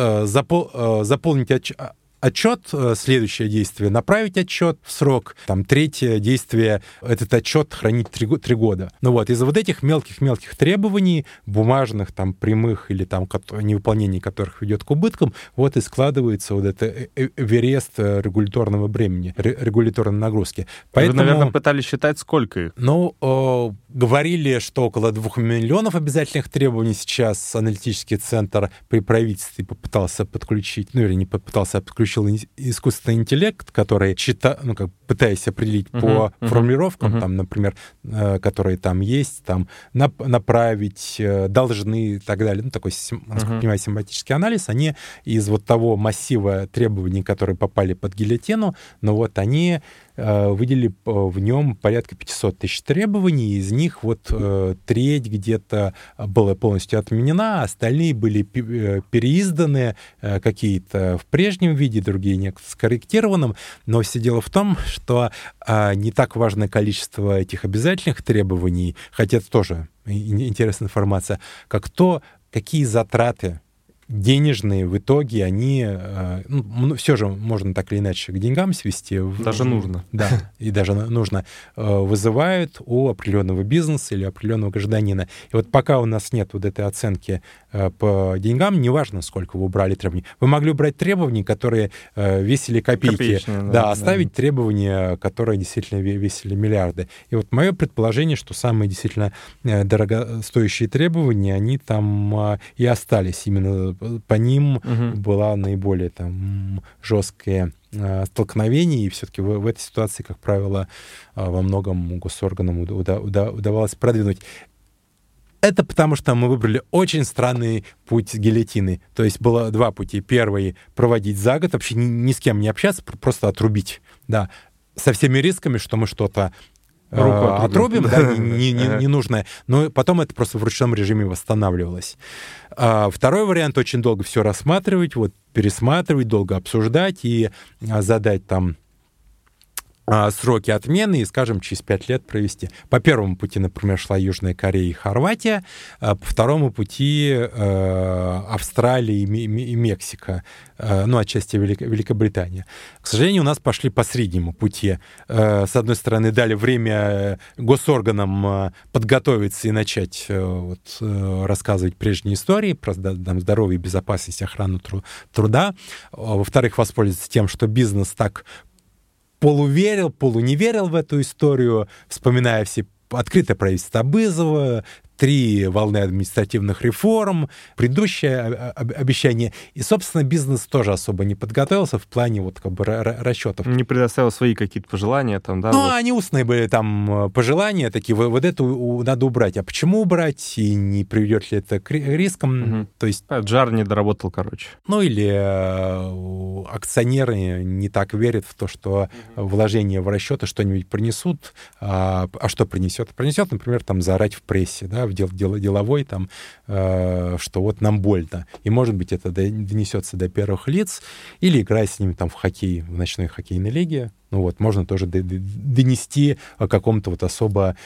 заполнить отчет, следующее действие — направить отчет в срок, там, третье действие — этот отчет хранить 3 года. Из-за этих мелких требований, бумажных, там, прямых или там невыполнение которых ведет к убыткам, и складывается это эверест регуляторного бремени, регуляторной нагрузки. Поэтому... Вы, наверное, пытались считать, сколько их? Говорили, что около 2 миллионов обязательных требований сейчас аналитический центр при правительстве попытался подключить, подключил искусственный интеллект, который, пытаясь определить по формулировкам, там, например, которые там есть, там, направить, должны и так далее, такой, насколько я понимаю, семантический анализ, они из того массива требований, которые попали под гильотину, они выделили в нем порядка 500 тысяч требований, из них треть где-то была полностью отменена, остальные были переизданы, какие-то в прежнем виде, другие некоторые скорректированным, но все дело в том, что не так важно количество этих обязательных требований, хотя это тоже интересная информация, как то, какие затраты денежные в итоге, они, все же можно так или иначе к деньгам свести. Даже нужно. Да, и даже нужно. Вызывают у определенного бизнеса или определенного гражданина. И пока у нас нет этой оценки по деньгам, неважно, сколько вы убрали требований. Вы могли убрать требования, которые весили копейки, оставить требования, которые действительно весили миллиарды. И мое предположение, что самые действительно дорогостоящие требования, они там и остались именно по ним была наиболее жесткое столкновение, и все-таки в этой ситуации, как правило, во многом госорганам удавалось продвинуть. Это потому, что мы выбрали очень странный путь гильотины. То есть было 2 пути. Первый — проводить за год, вообще ни с кем не общаться, просто отрубить. Да. Со всеми рисками, что мы что-то отрубим, ненужное, но потом это просто в ручном режиме восстанавливалось. Второй вариант — очень долго все рассматривать, пересматривать, долго обсуждать и задать там сроки отмены и, скажем, через 5 лет провести. По первому пути, например, шла Южная Корея и Хорватия, по второму пути Австралия и Мексика, отчасти Великобритания. К сожалению, у нас пошли по среднему пути. С одной стороны, дали время госорганам подготовиться и начать рассказывать прежние истории про здоровье, безопасность, охрану труда. Во-вторых, воспользоваться тем, что бизнес так полуверил, полуне верил в эту историю, вспоминая все открытое правительство Абызова, 3 волны административных реформ, предыдущее обещание. И, собственно, бизнес тоже особо не подготовился в плане расчетов. Не предоставил свои какие-то пожелания там, да? Они устные были там пожелания такие, вот это надо убрать. А почему убрать? И не приведет ли это к рискам? Угу. То есть... Джар не доработал, короче. Или акционеры не так верят в то, что вложения в расчеты что-нибудь принесут. А что принесет? Принесет, например, там заорать в прессе, да, в деловой, там, что вот нам больно. И, может быть, это донесется до первых лиц, или играя с ними там в хоккей, в ночной хоккейной лиге. Можно тоже донести о каком-то особо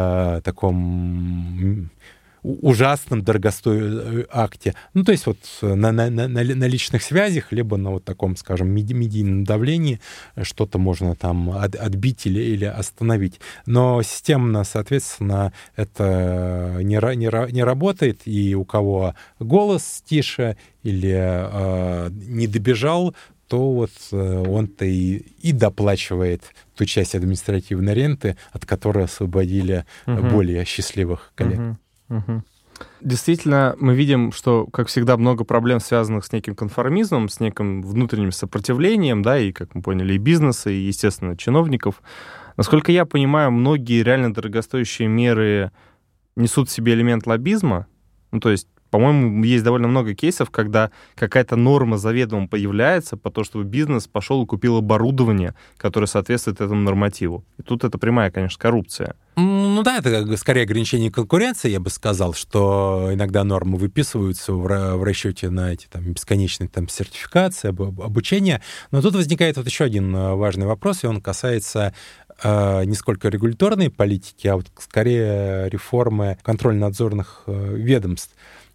таком ужасном, дорогостоящем акте. То есть на личных связях, либо на таком, скажем, медийном давлении что-то можно там отбить или остановить. Но системно, соответственно, это не работает, и у кого голос тише или не добежал, то он-то и доплачивает ту часть административной ренты, от которой освободили более счастливых коллег. Угу. Действительно, мы видим, что, как всегда, много проблем, связанных с неким конформизмом, с неким внутренним сопротивлением, да, и, как мы поняли, и бизнеса, и, естественно, чиновников. Насколько я понимаю, многие реально дорогостоящие меры несут в себе элемент лоббизма. То есть, по-моему, есть довольно много кейсов, когда какая-то норма заведомо появляется по тому, чтобы бизнес пошел и купил оборудование, которое соответствует этому нормативу. И тут это прямая, конечно, коррупция. Это скорее ограничение конкуренции, я бы сказал, что иногда нормы выписываются в расчете на эти бесконечные сертификации, обучение. Но тут возникает еще один важный вопрос, и он касается не сколько регуляторной политики, а скорее реформы контрольно-надзорных ведомств.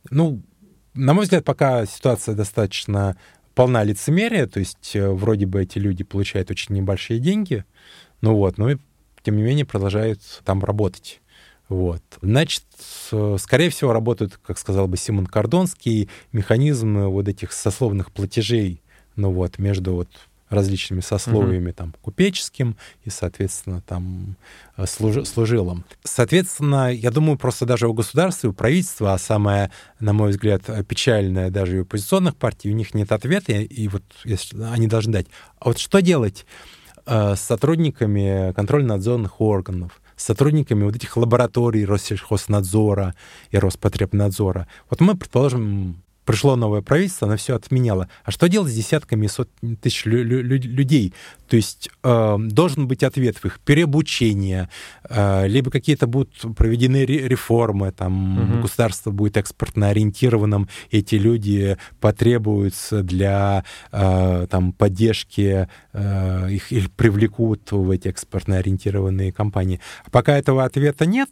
На мой взгляд, пока ситуация достаточно полна лицемерия, то есть вроде бы эти люди получают очень небольшие деньги, но тем не менее продолжают там работать. Значит, скорее всего, работают, как сказал бы Симон Кордонский, механизмы этих сословных платежей, между различными сословиями, купеческим и, соответственно, служилым. Соответственно, я думаю, просто даже у государства, у правительства, а самое, на мой взгляд, печальное даже и у оппозиционных партий, у них нет ответа, и если они должны дать. А что делать с сотрудниками контрольно-надзорных органов, с сотрудниками этих лабораторий Россельхознадзора и Роспотребнадзора? Мы, предположим, пришло новое правительство, оно все отменяло. А что делать с десятками и сотнями тысяч людей? То есть должен быть ответ в их переобучение, либо какие-то будут проведены реформы, государство будет экспортно ориентированным, эти люди потребуются для поддержки, их привлекут в эти экспортно ориентированные компании. А пока этого ответа нет,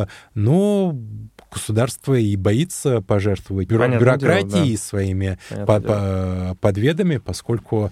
государство и боится пожертвовать бюрократией своими подведами, поскольку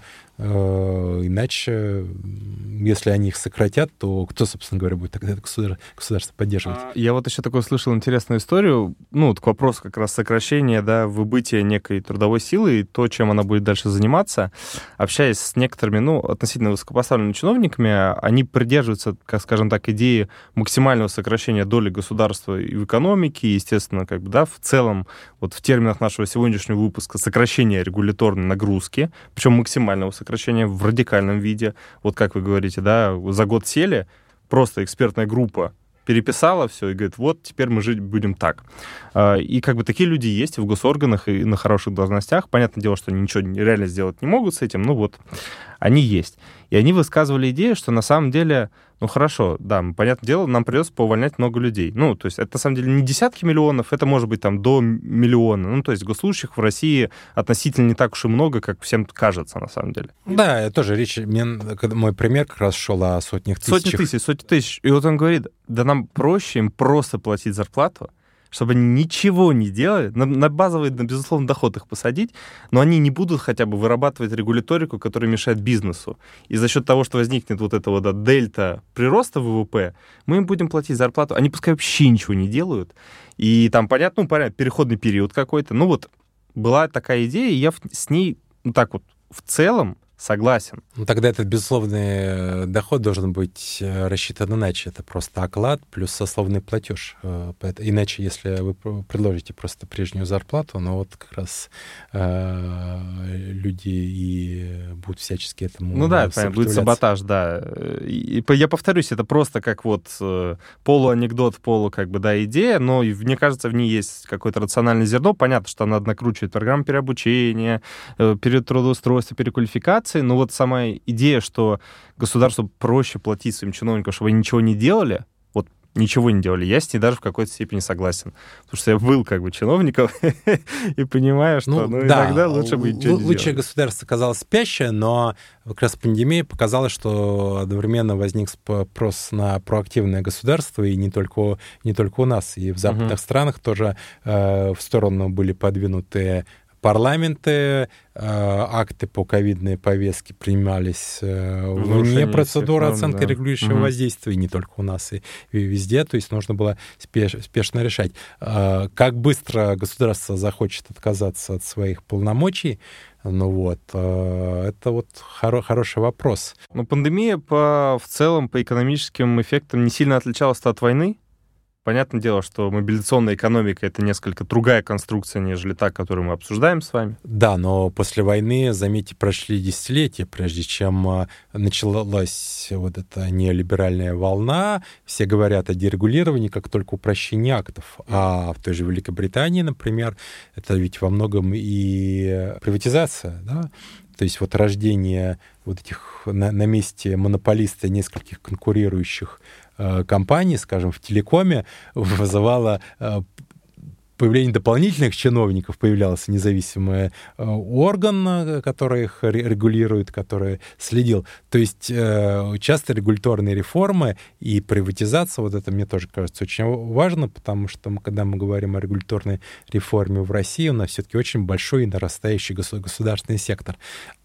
иначе, если они их сократят, то кто, собственно говоря, будет тогда это государство поддерживать? Я еще такой слышал интересную историю, к вопросу как раз сокращения, выбытия некой трудовой силы и то, чем она будет дальше заниматься. Общаясь с некоторыми, относительно высокопоставленными чиновниками, они придерживаются, скажем так, идеи максимального сокращения доли государства и в экономике, и, естественно, в целом, в терминах нашего сегодняшнего выпуска, сокращение регуляторной нагрузки, причем максимального сокращения в радикальном виде. Как вы говорите, за год сели, просто экспертная группа переписала все и говорит, теперь мы жить будем так. И такие люди есть и в госорганах, и на хороших должностях. Понятное дело, что они ничего реально сделать не могут с этим, они есть. И они высказывали идею, что на самом деле, ну хорошо, да, понятное дело, нам придется поувольнять много людей. Ну, то есть это на самом деле не десятки миллионов, это может быть там до миллиона. Ну, то есть госслужащих в России относительно не так уж и много, как всем кажется на самом деле. Да, тоже речь, мой пример как раз шел о сотнях тысяч. Сотни тысяч. И вот он говорит, да нам проще им просто платить зарплату, чтобы они ничего не делали, на базовый, безусловно, доход их посадить, но они не будут хотя бы вырабатывать регуляторику, которая мешает бизнесу. И за счет того, что возникнет вот эта вот дельта прироста ВВП, мы им будем платить зарплату. Они пускай вообще ничего не делают. И там, понятно, переходный период какой-то. Ну вот была такая идея, и я с ней, ну так вот, в целом согласен. Ну, тогда этот безусловный доход должен быть рассчитан иначе. Это просто оклад плюс сословный платеж. Иначе, если вы предложите просто прежнюю зарплату, но вот как раз люди и будут всячески этому Ну да, будет саботаж, да. И я повторюсь, это просто как вот полуанекдот, идея, но мне кажется, в ней есть какое-то рациональное зерно. Понятно, что надо накручивать программу переобучения, период трудоустройства, переквалификации, но вот сама идея, что государству проще платить своим чиновникам, чтобы они ничего не делали, вот ничего не делали, я с ней даже в какой-то степени согласен. Потому что я был чиновником и понимаю, что иногда лучше бы ничего не делать. Лучшее государство казалось спящее, но как раз пандемия показала, что одновременно возник спрос на проактивное государство, и не только у нас, и в западных странах тоже в сторону были подвинуты парламенты, акты по ковидной повестке принимались вне процедуры оценки регулирующего воздействия, и не только у нас, и везде, то есть нужно было спешно решать. Как быстро государство захочет отказаться от своих полномочий, это хороший вопрос. Но пандемия в целом по экономическим эффектам не сильно отличалась от войны. Понятное дело, что мобилизационная экономика — это несколько другая конструкция, нежели та, которую мы обсуждаем с вами. Да, но после войны, заметьте, прошли десятилетия, прежде чем началась вот эта неолиберальная волна. Все говорят о дерегулировании как только упрощении актов. А в той же Великобритании, например, это ведь во многом и приватизация, да? То есть вот рождение вот этих на месте монополиста нескольких конкурирующих компаний, скажем, в телекоме, вызывало появление дополнительных чиновников, появлялся независимый орган, который их регулирует, который следил. То есть часто регуляторные реформы и приватизация, вот это мне тоже кажется очень важно, потому что когда мы говорим о регуляторной реформе в России, у нас все-таки очень большой и нарастающий государственный сектор.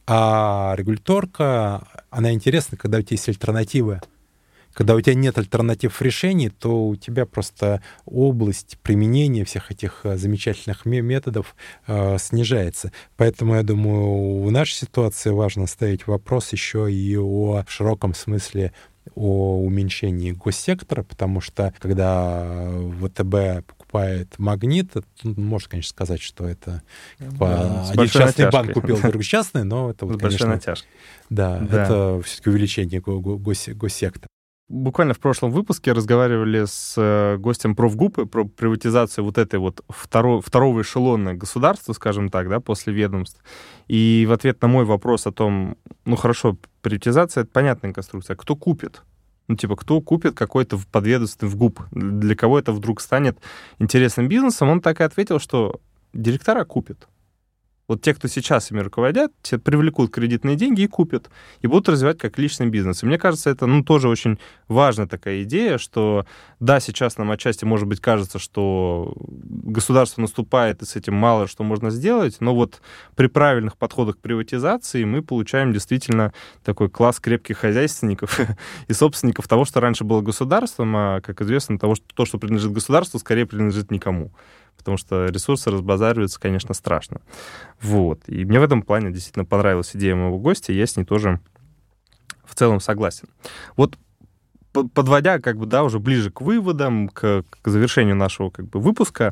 А регуляторка, она интересна, когда у тебя есть альтернативы. Когда у тебя нет альтернатив решений, то у тебя просто область применения всех этих замечательных методов снижается. Поэтому, я думаю, в нашей ситуации важно ставить вопрос еще и в широком смысле о уменьшении госсектора, потому что когда ВТБ покупает «Магнит», можно, конечно, сказать, что это один частный банк купил, другой частный, но это вот, конечно, да, это все-таки увеличение госсектора. Буквально в прошлом выпуске разговаривали с гостем профгуппы про приватизацию вот этой вот второго эшелона государства, скажем так, да, после ведомств. И в ответ на мой вопрос о том, хорошо, приватизация — это понятная конструкция, а кто купит? Кто купит какой-то подведомственный ВГУП? Для кого это вдруг станет интересным бизнесом? Он так и ответил, что директора купят. Вот те, кто сейчас ими руководят, те привлекут кредитные деньги и купят, и будут развивать как личный бизнес. И мне кажется, это тоже очень важная такая идея, что да, сейчас нам отчасти, может быть, кажется, что государство наступает, и с этим мало что можно сделать, но вот при правильных подходах к приватизации мы получаем действительно такой класс крепких хозяйственников и собственников того, что раньше было государством, а, как известно, то, что принадлежит государству, скорее принадлежит никому. Потому что ресурсы разбазариваются, конечно, страшно. Вот. И мне в этом плане действительно понравилась идея моего гостя, и я с ней тоже в целом согласен. Вот подводя, уже ближе к выводам, к завершению нашего выпуска,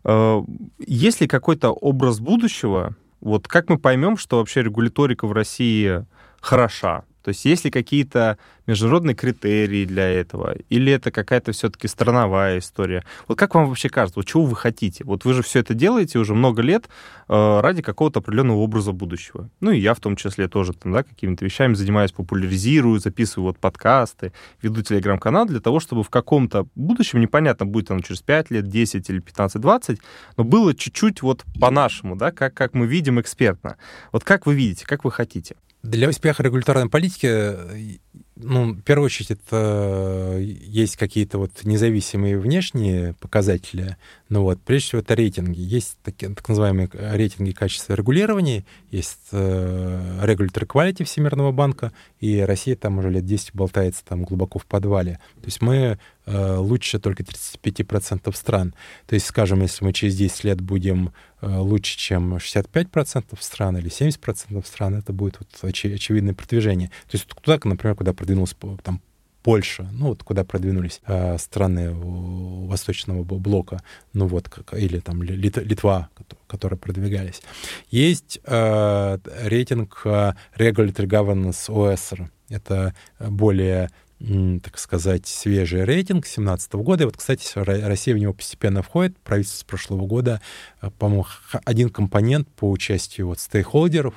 есть ли какой-то образ будущего? Вот как мы поймем, что вообще регуляторика в России хороша? То То есть есть ли какие-то международные критерии для этого? Или это какая-то все-таки страновая история? Вот как вам вообще кажется, вот чего вы хотите? Вот вы же все это делаете уже много лет ради какого-то определенного образа будущего. Ну и я в том числе тоже там, да, какими-то вещами занимаюсь, популяризирую, записываю вот подкасты, веду телеграм-канал для того, чтобы в каком-то будущем, непонятно, будет оно через 5 лет, 10 или 15-20, но было чуть-чуть вот по-нашему, да, как мы видим экспертно. Вот как вы видите, как вы хотите? Для успеха регуляторной политики, в первую очередь, это есть какие-то вот независимые внешние показатели. Прежде всего, это рейтинги. Есть так называемые рейтинги качества регулирования, есть Regulatory Quality Всемирного банка, и Россия там уже лет 10 болтается там глубоко в подвале. То есть мы лучше только 35% стран. То есть, скажем, если мы через 10 лет будем лучше, чем 65% стран или 70% стран, это будет вот очевидное продвижение. То есть туда, например, куда продвинулась там Польша, куда продвинулись страны Восточного блока, или там Литва, которые продвигались. Есть рейтинг Regulatory Governance OSR. Это более, так сказать, свежий рейтинг 2017 года. И вот, кстати, Россия в него постепенно входит. Правительство с прошлого года, по-моему, один компонент по участию стейкхолдеров,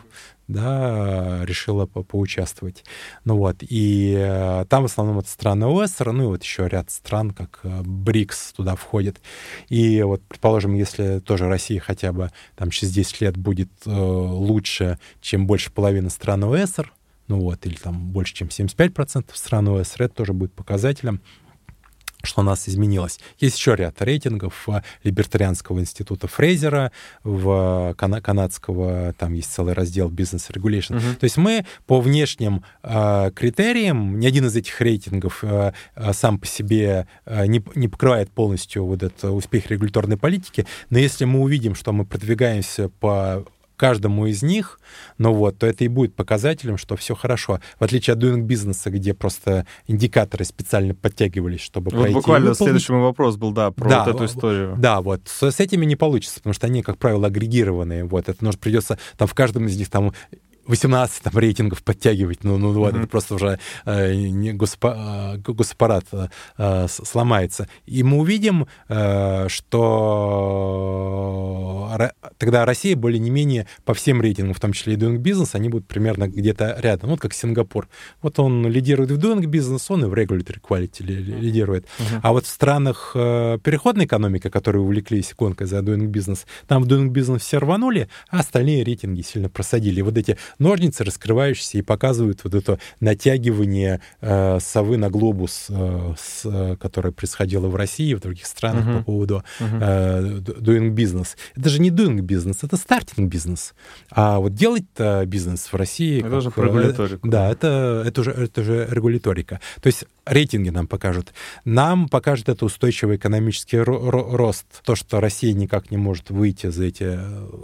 решила поучаствовать. И там в основном это страны ОСР, и вот еще ряд стран, как БРИКС, туда входит. И вот, предположим, если тоже Россия хотя бы там через 10 лет будет лучше, чем больше половины стран ОСР, или там больше, чем 75% стран ОСР, это тоже будет показателем, что у нас изменилось. Есть еще ряд рейтингов Либертарианского института Фрейзера, в канадского, там есть целый раздел Business Regulation. То есть мы по внешним критериям, ни один из этих рейтингов сам по себе не покрывает полностью вот этот успех регуляторной политики, но если мы увидим, что мы продвигаемся по каждому из них, то это и будет показателем, что все хорошо. В отличие от Doing Business, где просто индикаторы специально подтягивались, чтобы пройти. Буквально следующий мой вопрос был, про вот эту историю. Да, с этими не получится, потому что они, как правило, агрегированные. Это придется там в каждом из них там 18 там, рейтингов подтягивать, это просто уже госаппарат сломается. И мы увидим, что тогда Россия более-не-менее по всем рейтингам, в том числе и Doing Business, они будут примерно где-то рядом. Как Сингапур. Он лидирует в Doing Business, он и в Regulatory Quality лидирует. А вот в странах переходной экономики, которые увлеклись гонкой за Doing Business, там в Doing Business все рванули, а остальные рейтинги сильно просадили. И вот эти ножницы раскрывающиеся и показывают вот это натягивание совы на глобус, которое происходило в России и в других странах по поводу doing business. Это же не doing business, это starting business. А вот делать-то бизнес в России... Это уже регуляторика. Да, это уже регуляторика. То есть рейтинги нам покажут. Нам покажет это устойчивый экономический рост. То, что Россия никак не может выйти за эти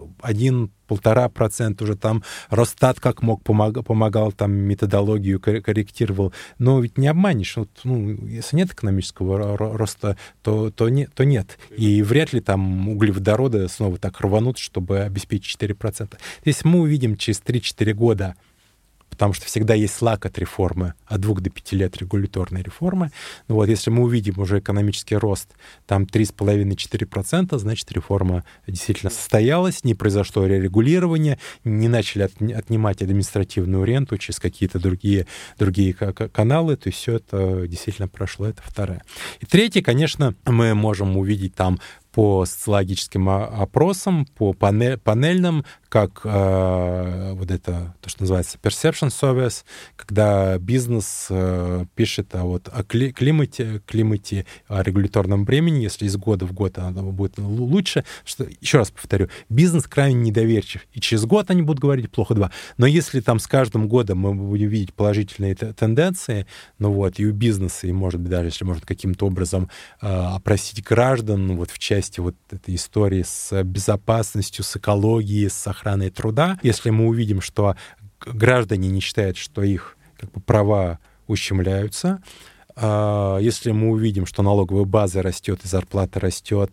1-1,5%, уже там Росстат как мог помогал, там методологию корректировал. Но ведь не обманешь. Если нет экономического роста, то нет. И вряд ли там углеводороды снова так рванут, чтобы обеспечить 4%. Если мы увидим через 3-4 года, потому что всегда есть слаг от реформы, от 2 до 5 лет регуляторной реформы. Если мы увидим уже экономический рост там 3,5-4%, значит, реформа действительно состоялась, не произошло регулирование, не начали отнимать административную ренту через какие-то другие каналы, то есть все это действительно прошло, это второе. И третье, конечно, мы можем увидеть там по социологическим опросам, по панельным, как вот это, то, что называется perception surveys, когда бизнес пишет о климате, о регуляторном бремени, если из года в год оно будет лучше. Еще раз повторю, бизнес крайне недоверчив, и через год они будут говорить плохо 2. Но если там с каждым годом мы будем видеть положительные тенденции, и у бизнеса, и, может быть, даже если можно каким-то образом опросить граждан в части этой истории с безопасностью, с экологией, с охраной труда. Если мы увидим, что граждане не считают, что их права ущемляются, если мы увидим, что налоговая база растет и зарплата растет,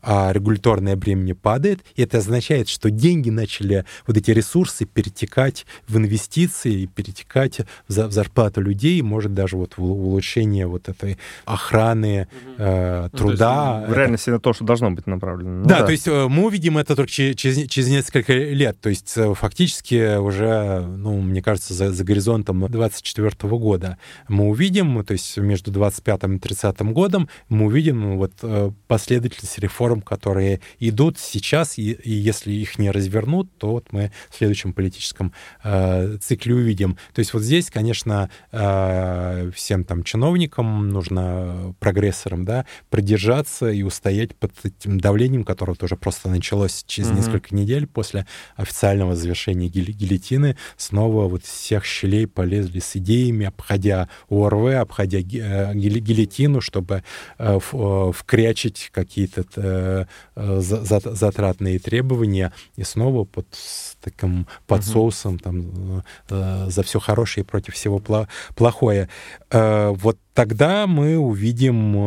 а регуляторное бремя падает. И это означает, что деньги начали, вот эти ресурсы, перетекать в инвестиции, перетекать в зарплату людей, может даже вот в улучшение вот этой охраны труда. В реальности на то, что должно быть направлено. Да, то есть мы увидим это только через несколько лет. То есть фактически уже, мне кажется, за горизонтом 2024 года мы увидим, то есть между 25 и 30 годом мы увидим вот последовательность реформ, которые идут сейчас, и если их не развернут, то вот мы в следующем политическом цикле увидим. То есть вот здесь, конечно, всем там чиновникам нужно, прогрессорам, да, продержаться и устоять под этим давлением, которое тоже просто началось через несколько недель после официального завершения гильотины. Снова вот из всех щелей полезли с идеями, обходя ОРВ, обходя гильотину, чтобы вкрячить какие-то затратные требования, и снова под таким соусом там, за все хорошее и против всего плохое. Вот тогда мы увидим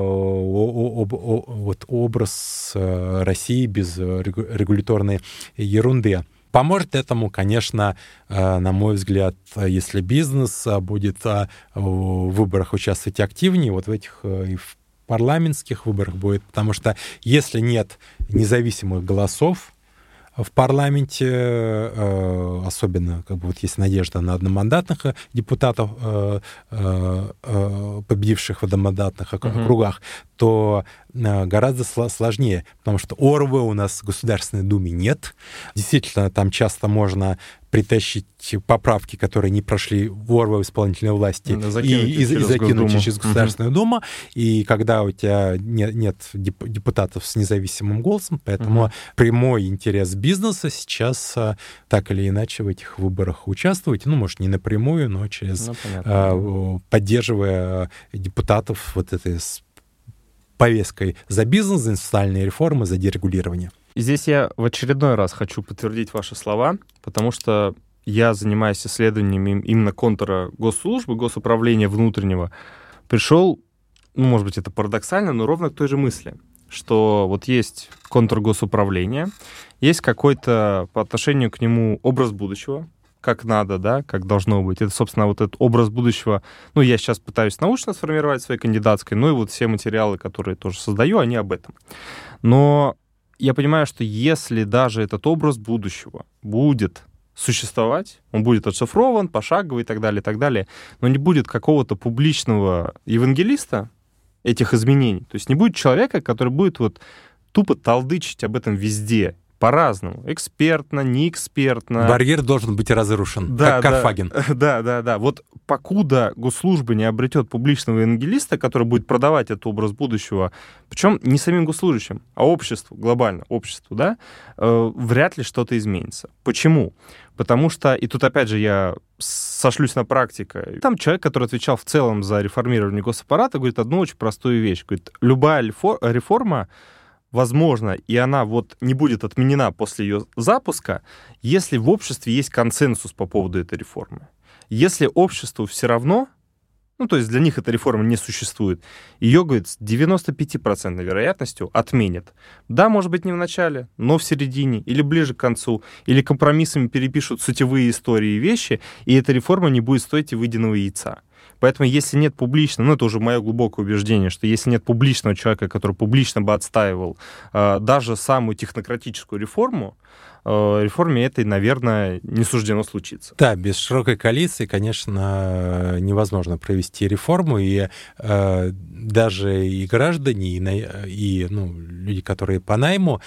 вот образ России без регуляторной ерунды. Поможет этому, конечно, на мой взгляд, если бизнес будет в выборах участвовать активнее, вот в этих и в парламентских выборах будет, потому что если нет независимых голосов в парламенте, особенно как бы вот есть надежда на одномандатных депутатов, победивших в одномандатных округах, то гораздо сложнее, потому что ОРВ у нас в Государственной Думе нет. Действительно, там часто можно притащить поправки, которые не прошли в ОРВ, в исполнительной власти, и закинуть через Государственную Думу. И когда у тебя нет депутатов с независимым голосом, поэтому прямой интерес бизнеса сейчас так или иначе в этих выборах участвовать, может, не напрямую, но через поддерживая депутатов вот этой повесткой за бизнес, за институциональные реформы, за дерегулирование. И здесь я в очередной раз хочу подтвердить ваши слова, потому что я занимаюсь исследованиями именно контура госслужбы, госуправления внутреннего. Пришел, может быть, это парадоксально, но ровно к той же мысли, что вот есть контур госуправления, есть какой-то по отношению к нему образ будущего, как надо, да, как должно быть. Это, собственно, вот этот образ будущего, я сейчас пытаюсь научно сформировать своей кандидатской, и вот все материалы, которые тоже создаю, они об этом. Но я понимаю, что если даже этот образ будущего будет существовать, он будет отшифрован, пошаговый и так далее, но не будет какого-то публичного евангелиста этих изменений, то есть не будет человека, который будет вот тупо толдычить об этом везде, по-разному. Экспертно, неэкспертно. Барьер должен быть разрушен, как Карфаген. Да. Вот покуда госслужба не обретет публичного евангелиста, который будет продавать этот образ будущего, причем не самим госслужащим, а обществу, глобально обществу, да, вряд ли что-то изменится. Почему? Потому что, и тут опять же я сошлюсь на практику, там человек, который отвечал в целом за реформирование госаппарата, говорит одну очень простую вещь. Говорит, любая реформа возможно, и она вот не будет отменена после ее запуска, если в обществе есть консенсус по поводу этой реформы. Если обществу все равно, то есть для них эта реформа не существует, ее, говорит, с 95% вероятностью отменят. Да, может быть, не в начале, но в середине, или ближе к концу, или компромиссами перепишут сутевые истории и вещи, и эта реформа не будет стоить и выеденного яйца. Поэтому если нет публичного, это уже мое глубокое убеждение, что если нет публичного человека, который публично бы отстаивал даже самую технократическую реформу, реформе этой, наверное, не суждено случиться. Да, без широкой коалиции, конечно, невозможно провести реформу, и даже и граждане, и люди, которые по найму,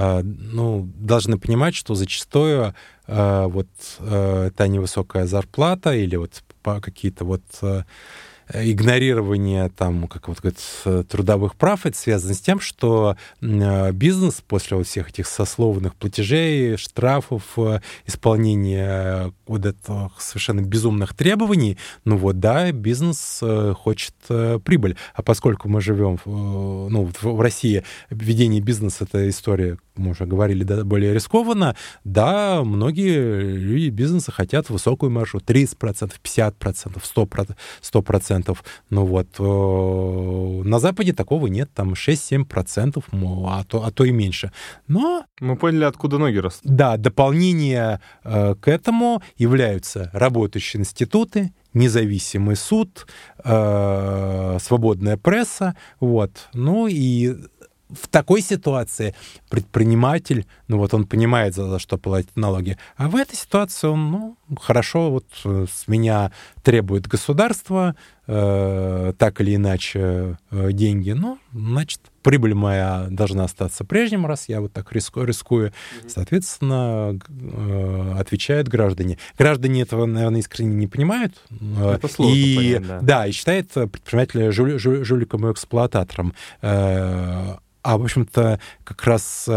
должны понимать, что зачастую вот та невысокая зарплата или вот какие-то вот игнорирование там, как вот говорят, трудовых прав, это связано с тем, что бизнес после вот всех этих сословных платежей, штрафов, исполнения вот этих совершенно безумных требований, бизнес хочет прибыль. А поскольку мы живем в России, ведение бизнеса — это история мы уже говорили, да, более рискованно. Да, многие люди бизнеса хотят высокую маржу, 30%, 50%, 100%. Ну вот, на Западе такого нет, там 6-7%, а то и меньше. Но... Мы поняли, откуда ноги растут. Да, дополнение к этому являются работающие институты, независимый суд, свободная пресса, вот. Ну и в такой ситуации предприниматель, ну вот он понимает, за что платить налоги, а в этой ситуации он, ну, хорошо, вот с меня требует государство, так или иначе деньги, ну, значит, прибыль моя должна остаться прежним, раз я вот так рискую. Соответственно, отвечают граждане. Граждане этого, наверное, искренне не понимают. Это сложно понять, да. Да, и считают предпринимателя жуликом и эксплуататором. А, в общем-то, как раз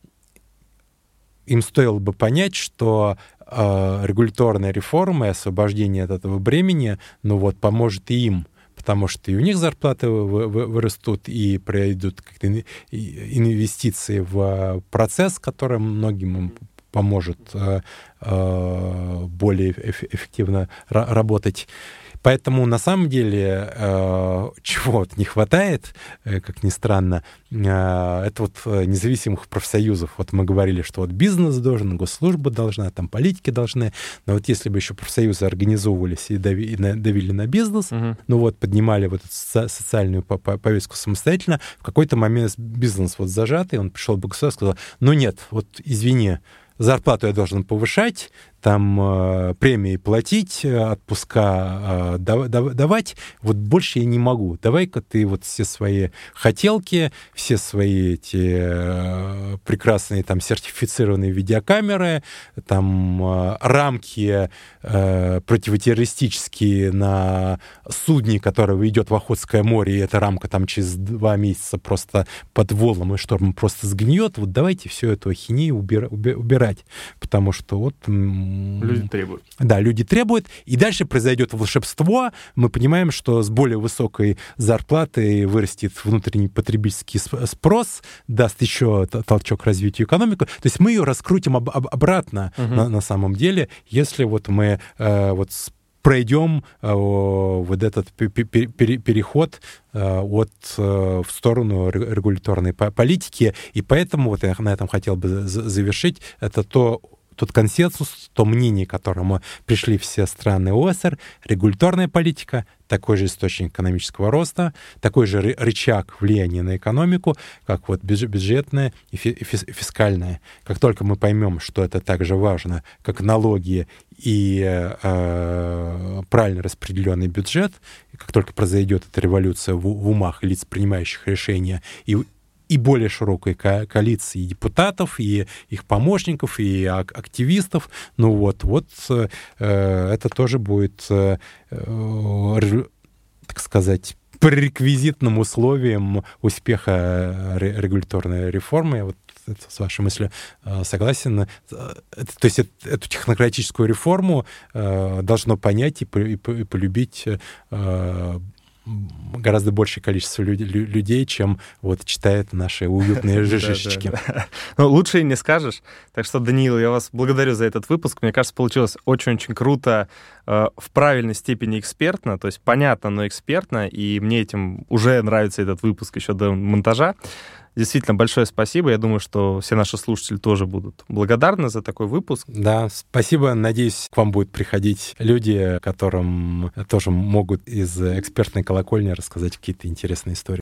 им стоило бы понять, что регуляторная реформа и освобождение от этого бремени, ну вот, поможет и им, потому что и у них зарплаты вырастут, и пройдут как-то инвестиции в процесс, который многим им поможет более эффективно работать. Поэтому, на самом деле, чего не хватает, как ни странно, это вот независимых профсоюзов. Вот мы говорили, что вот бизнес должен, госслужба должна, там политики должны. Но вот если бы еще профсоюзы организовывались и давили на бизнес, ну вот, поднимали вот эту социальную повестку самостоятельно, в какой-то момент бизнес вот зажатый, он пришел бы к государству и сказал, ну нет, вот извини, зарплату я должен повышать, там премии платить, отпуска давать, вот больше я не могу. Давай-ка ты вот все свои хотелки, все свои эти прекрасные там сертифицированные видеокамеры, там рамки противотеррористические на судне, которое идет в Охотское море, и эта рамка там через 2 месяца просто под волном и штормом просто сгниет. Вот давайте всю эту ахинею убирать, потому что вот... Люди требуют. Да, люди требуют, и дальше произойдет волшебство. Мы понимаем, что с более высокой зарплатой вырастет внутренний потребительский спрос, даст еще толчок развитию экономики. То есть мы ее раскрутим обратно на самом деле, если вот мы пройдем вот этот переход в сторону регуляторной политики. И поэтому вот я на этом хотел бы завершить. Это тот консенсус, то мнение, к которому пришли все страны ОСР, регуляторная политика, такой же источник экономического роста, такой же рычаг влияния на экономику, как вот бюджетная и фискальная. Как только мы поймем, что это так же важно, как налоги и правильно распределенный бюджет, как только произойдет эта революция в умах лиц, принимающих решения, и более широкой коалиции депутатов, и их помощников, и активистов. Ну вот это тоже будет, так сказать, пререквизитным условием успеха регуляторной реформы. Я вот с вашей мыслью согласен. То есть эту технократическую реформу должно понять и полюбить гораздо большее количество людей, чем вот читает наши уютные жижечки. Ну, лучше и не скажешь. Так что, Даниил, я вас благодарю за этот выпуск. Мне кажется, получилось очень-очень круто, в правильной степени экспертно, то есть понятно, но экспертно, и мне этим уже нравится этот выпуск еще до монтажа. Действительно, большое спасибо. Я думаю, что все наши слушатели тоже будут благодарны за такой выпуск. Да, спасибо. Надеюсь, к вам будут приходить люди, которым тоже могут из экспертной колокольни рассказать какие-то интересные истории.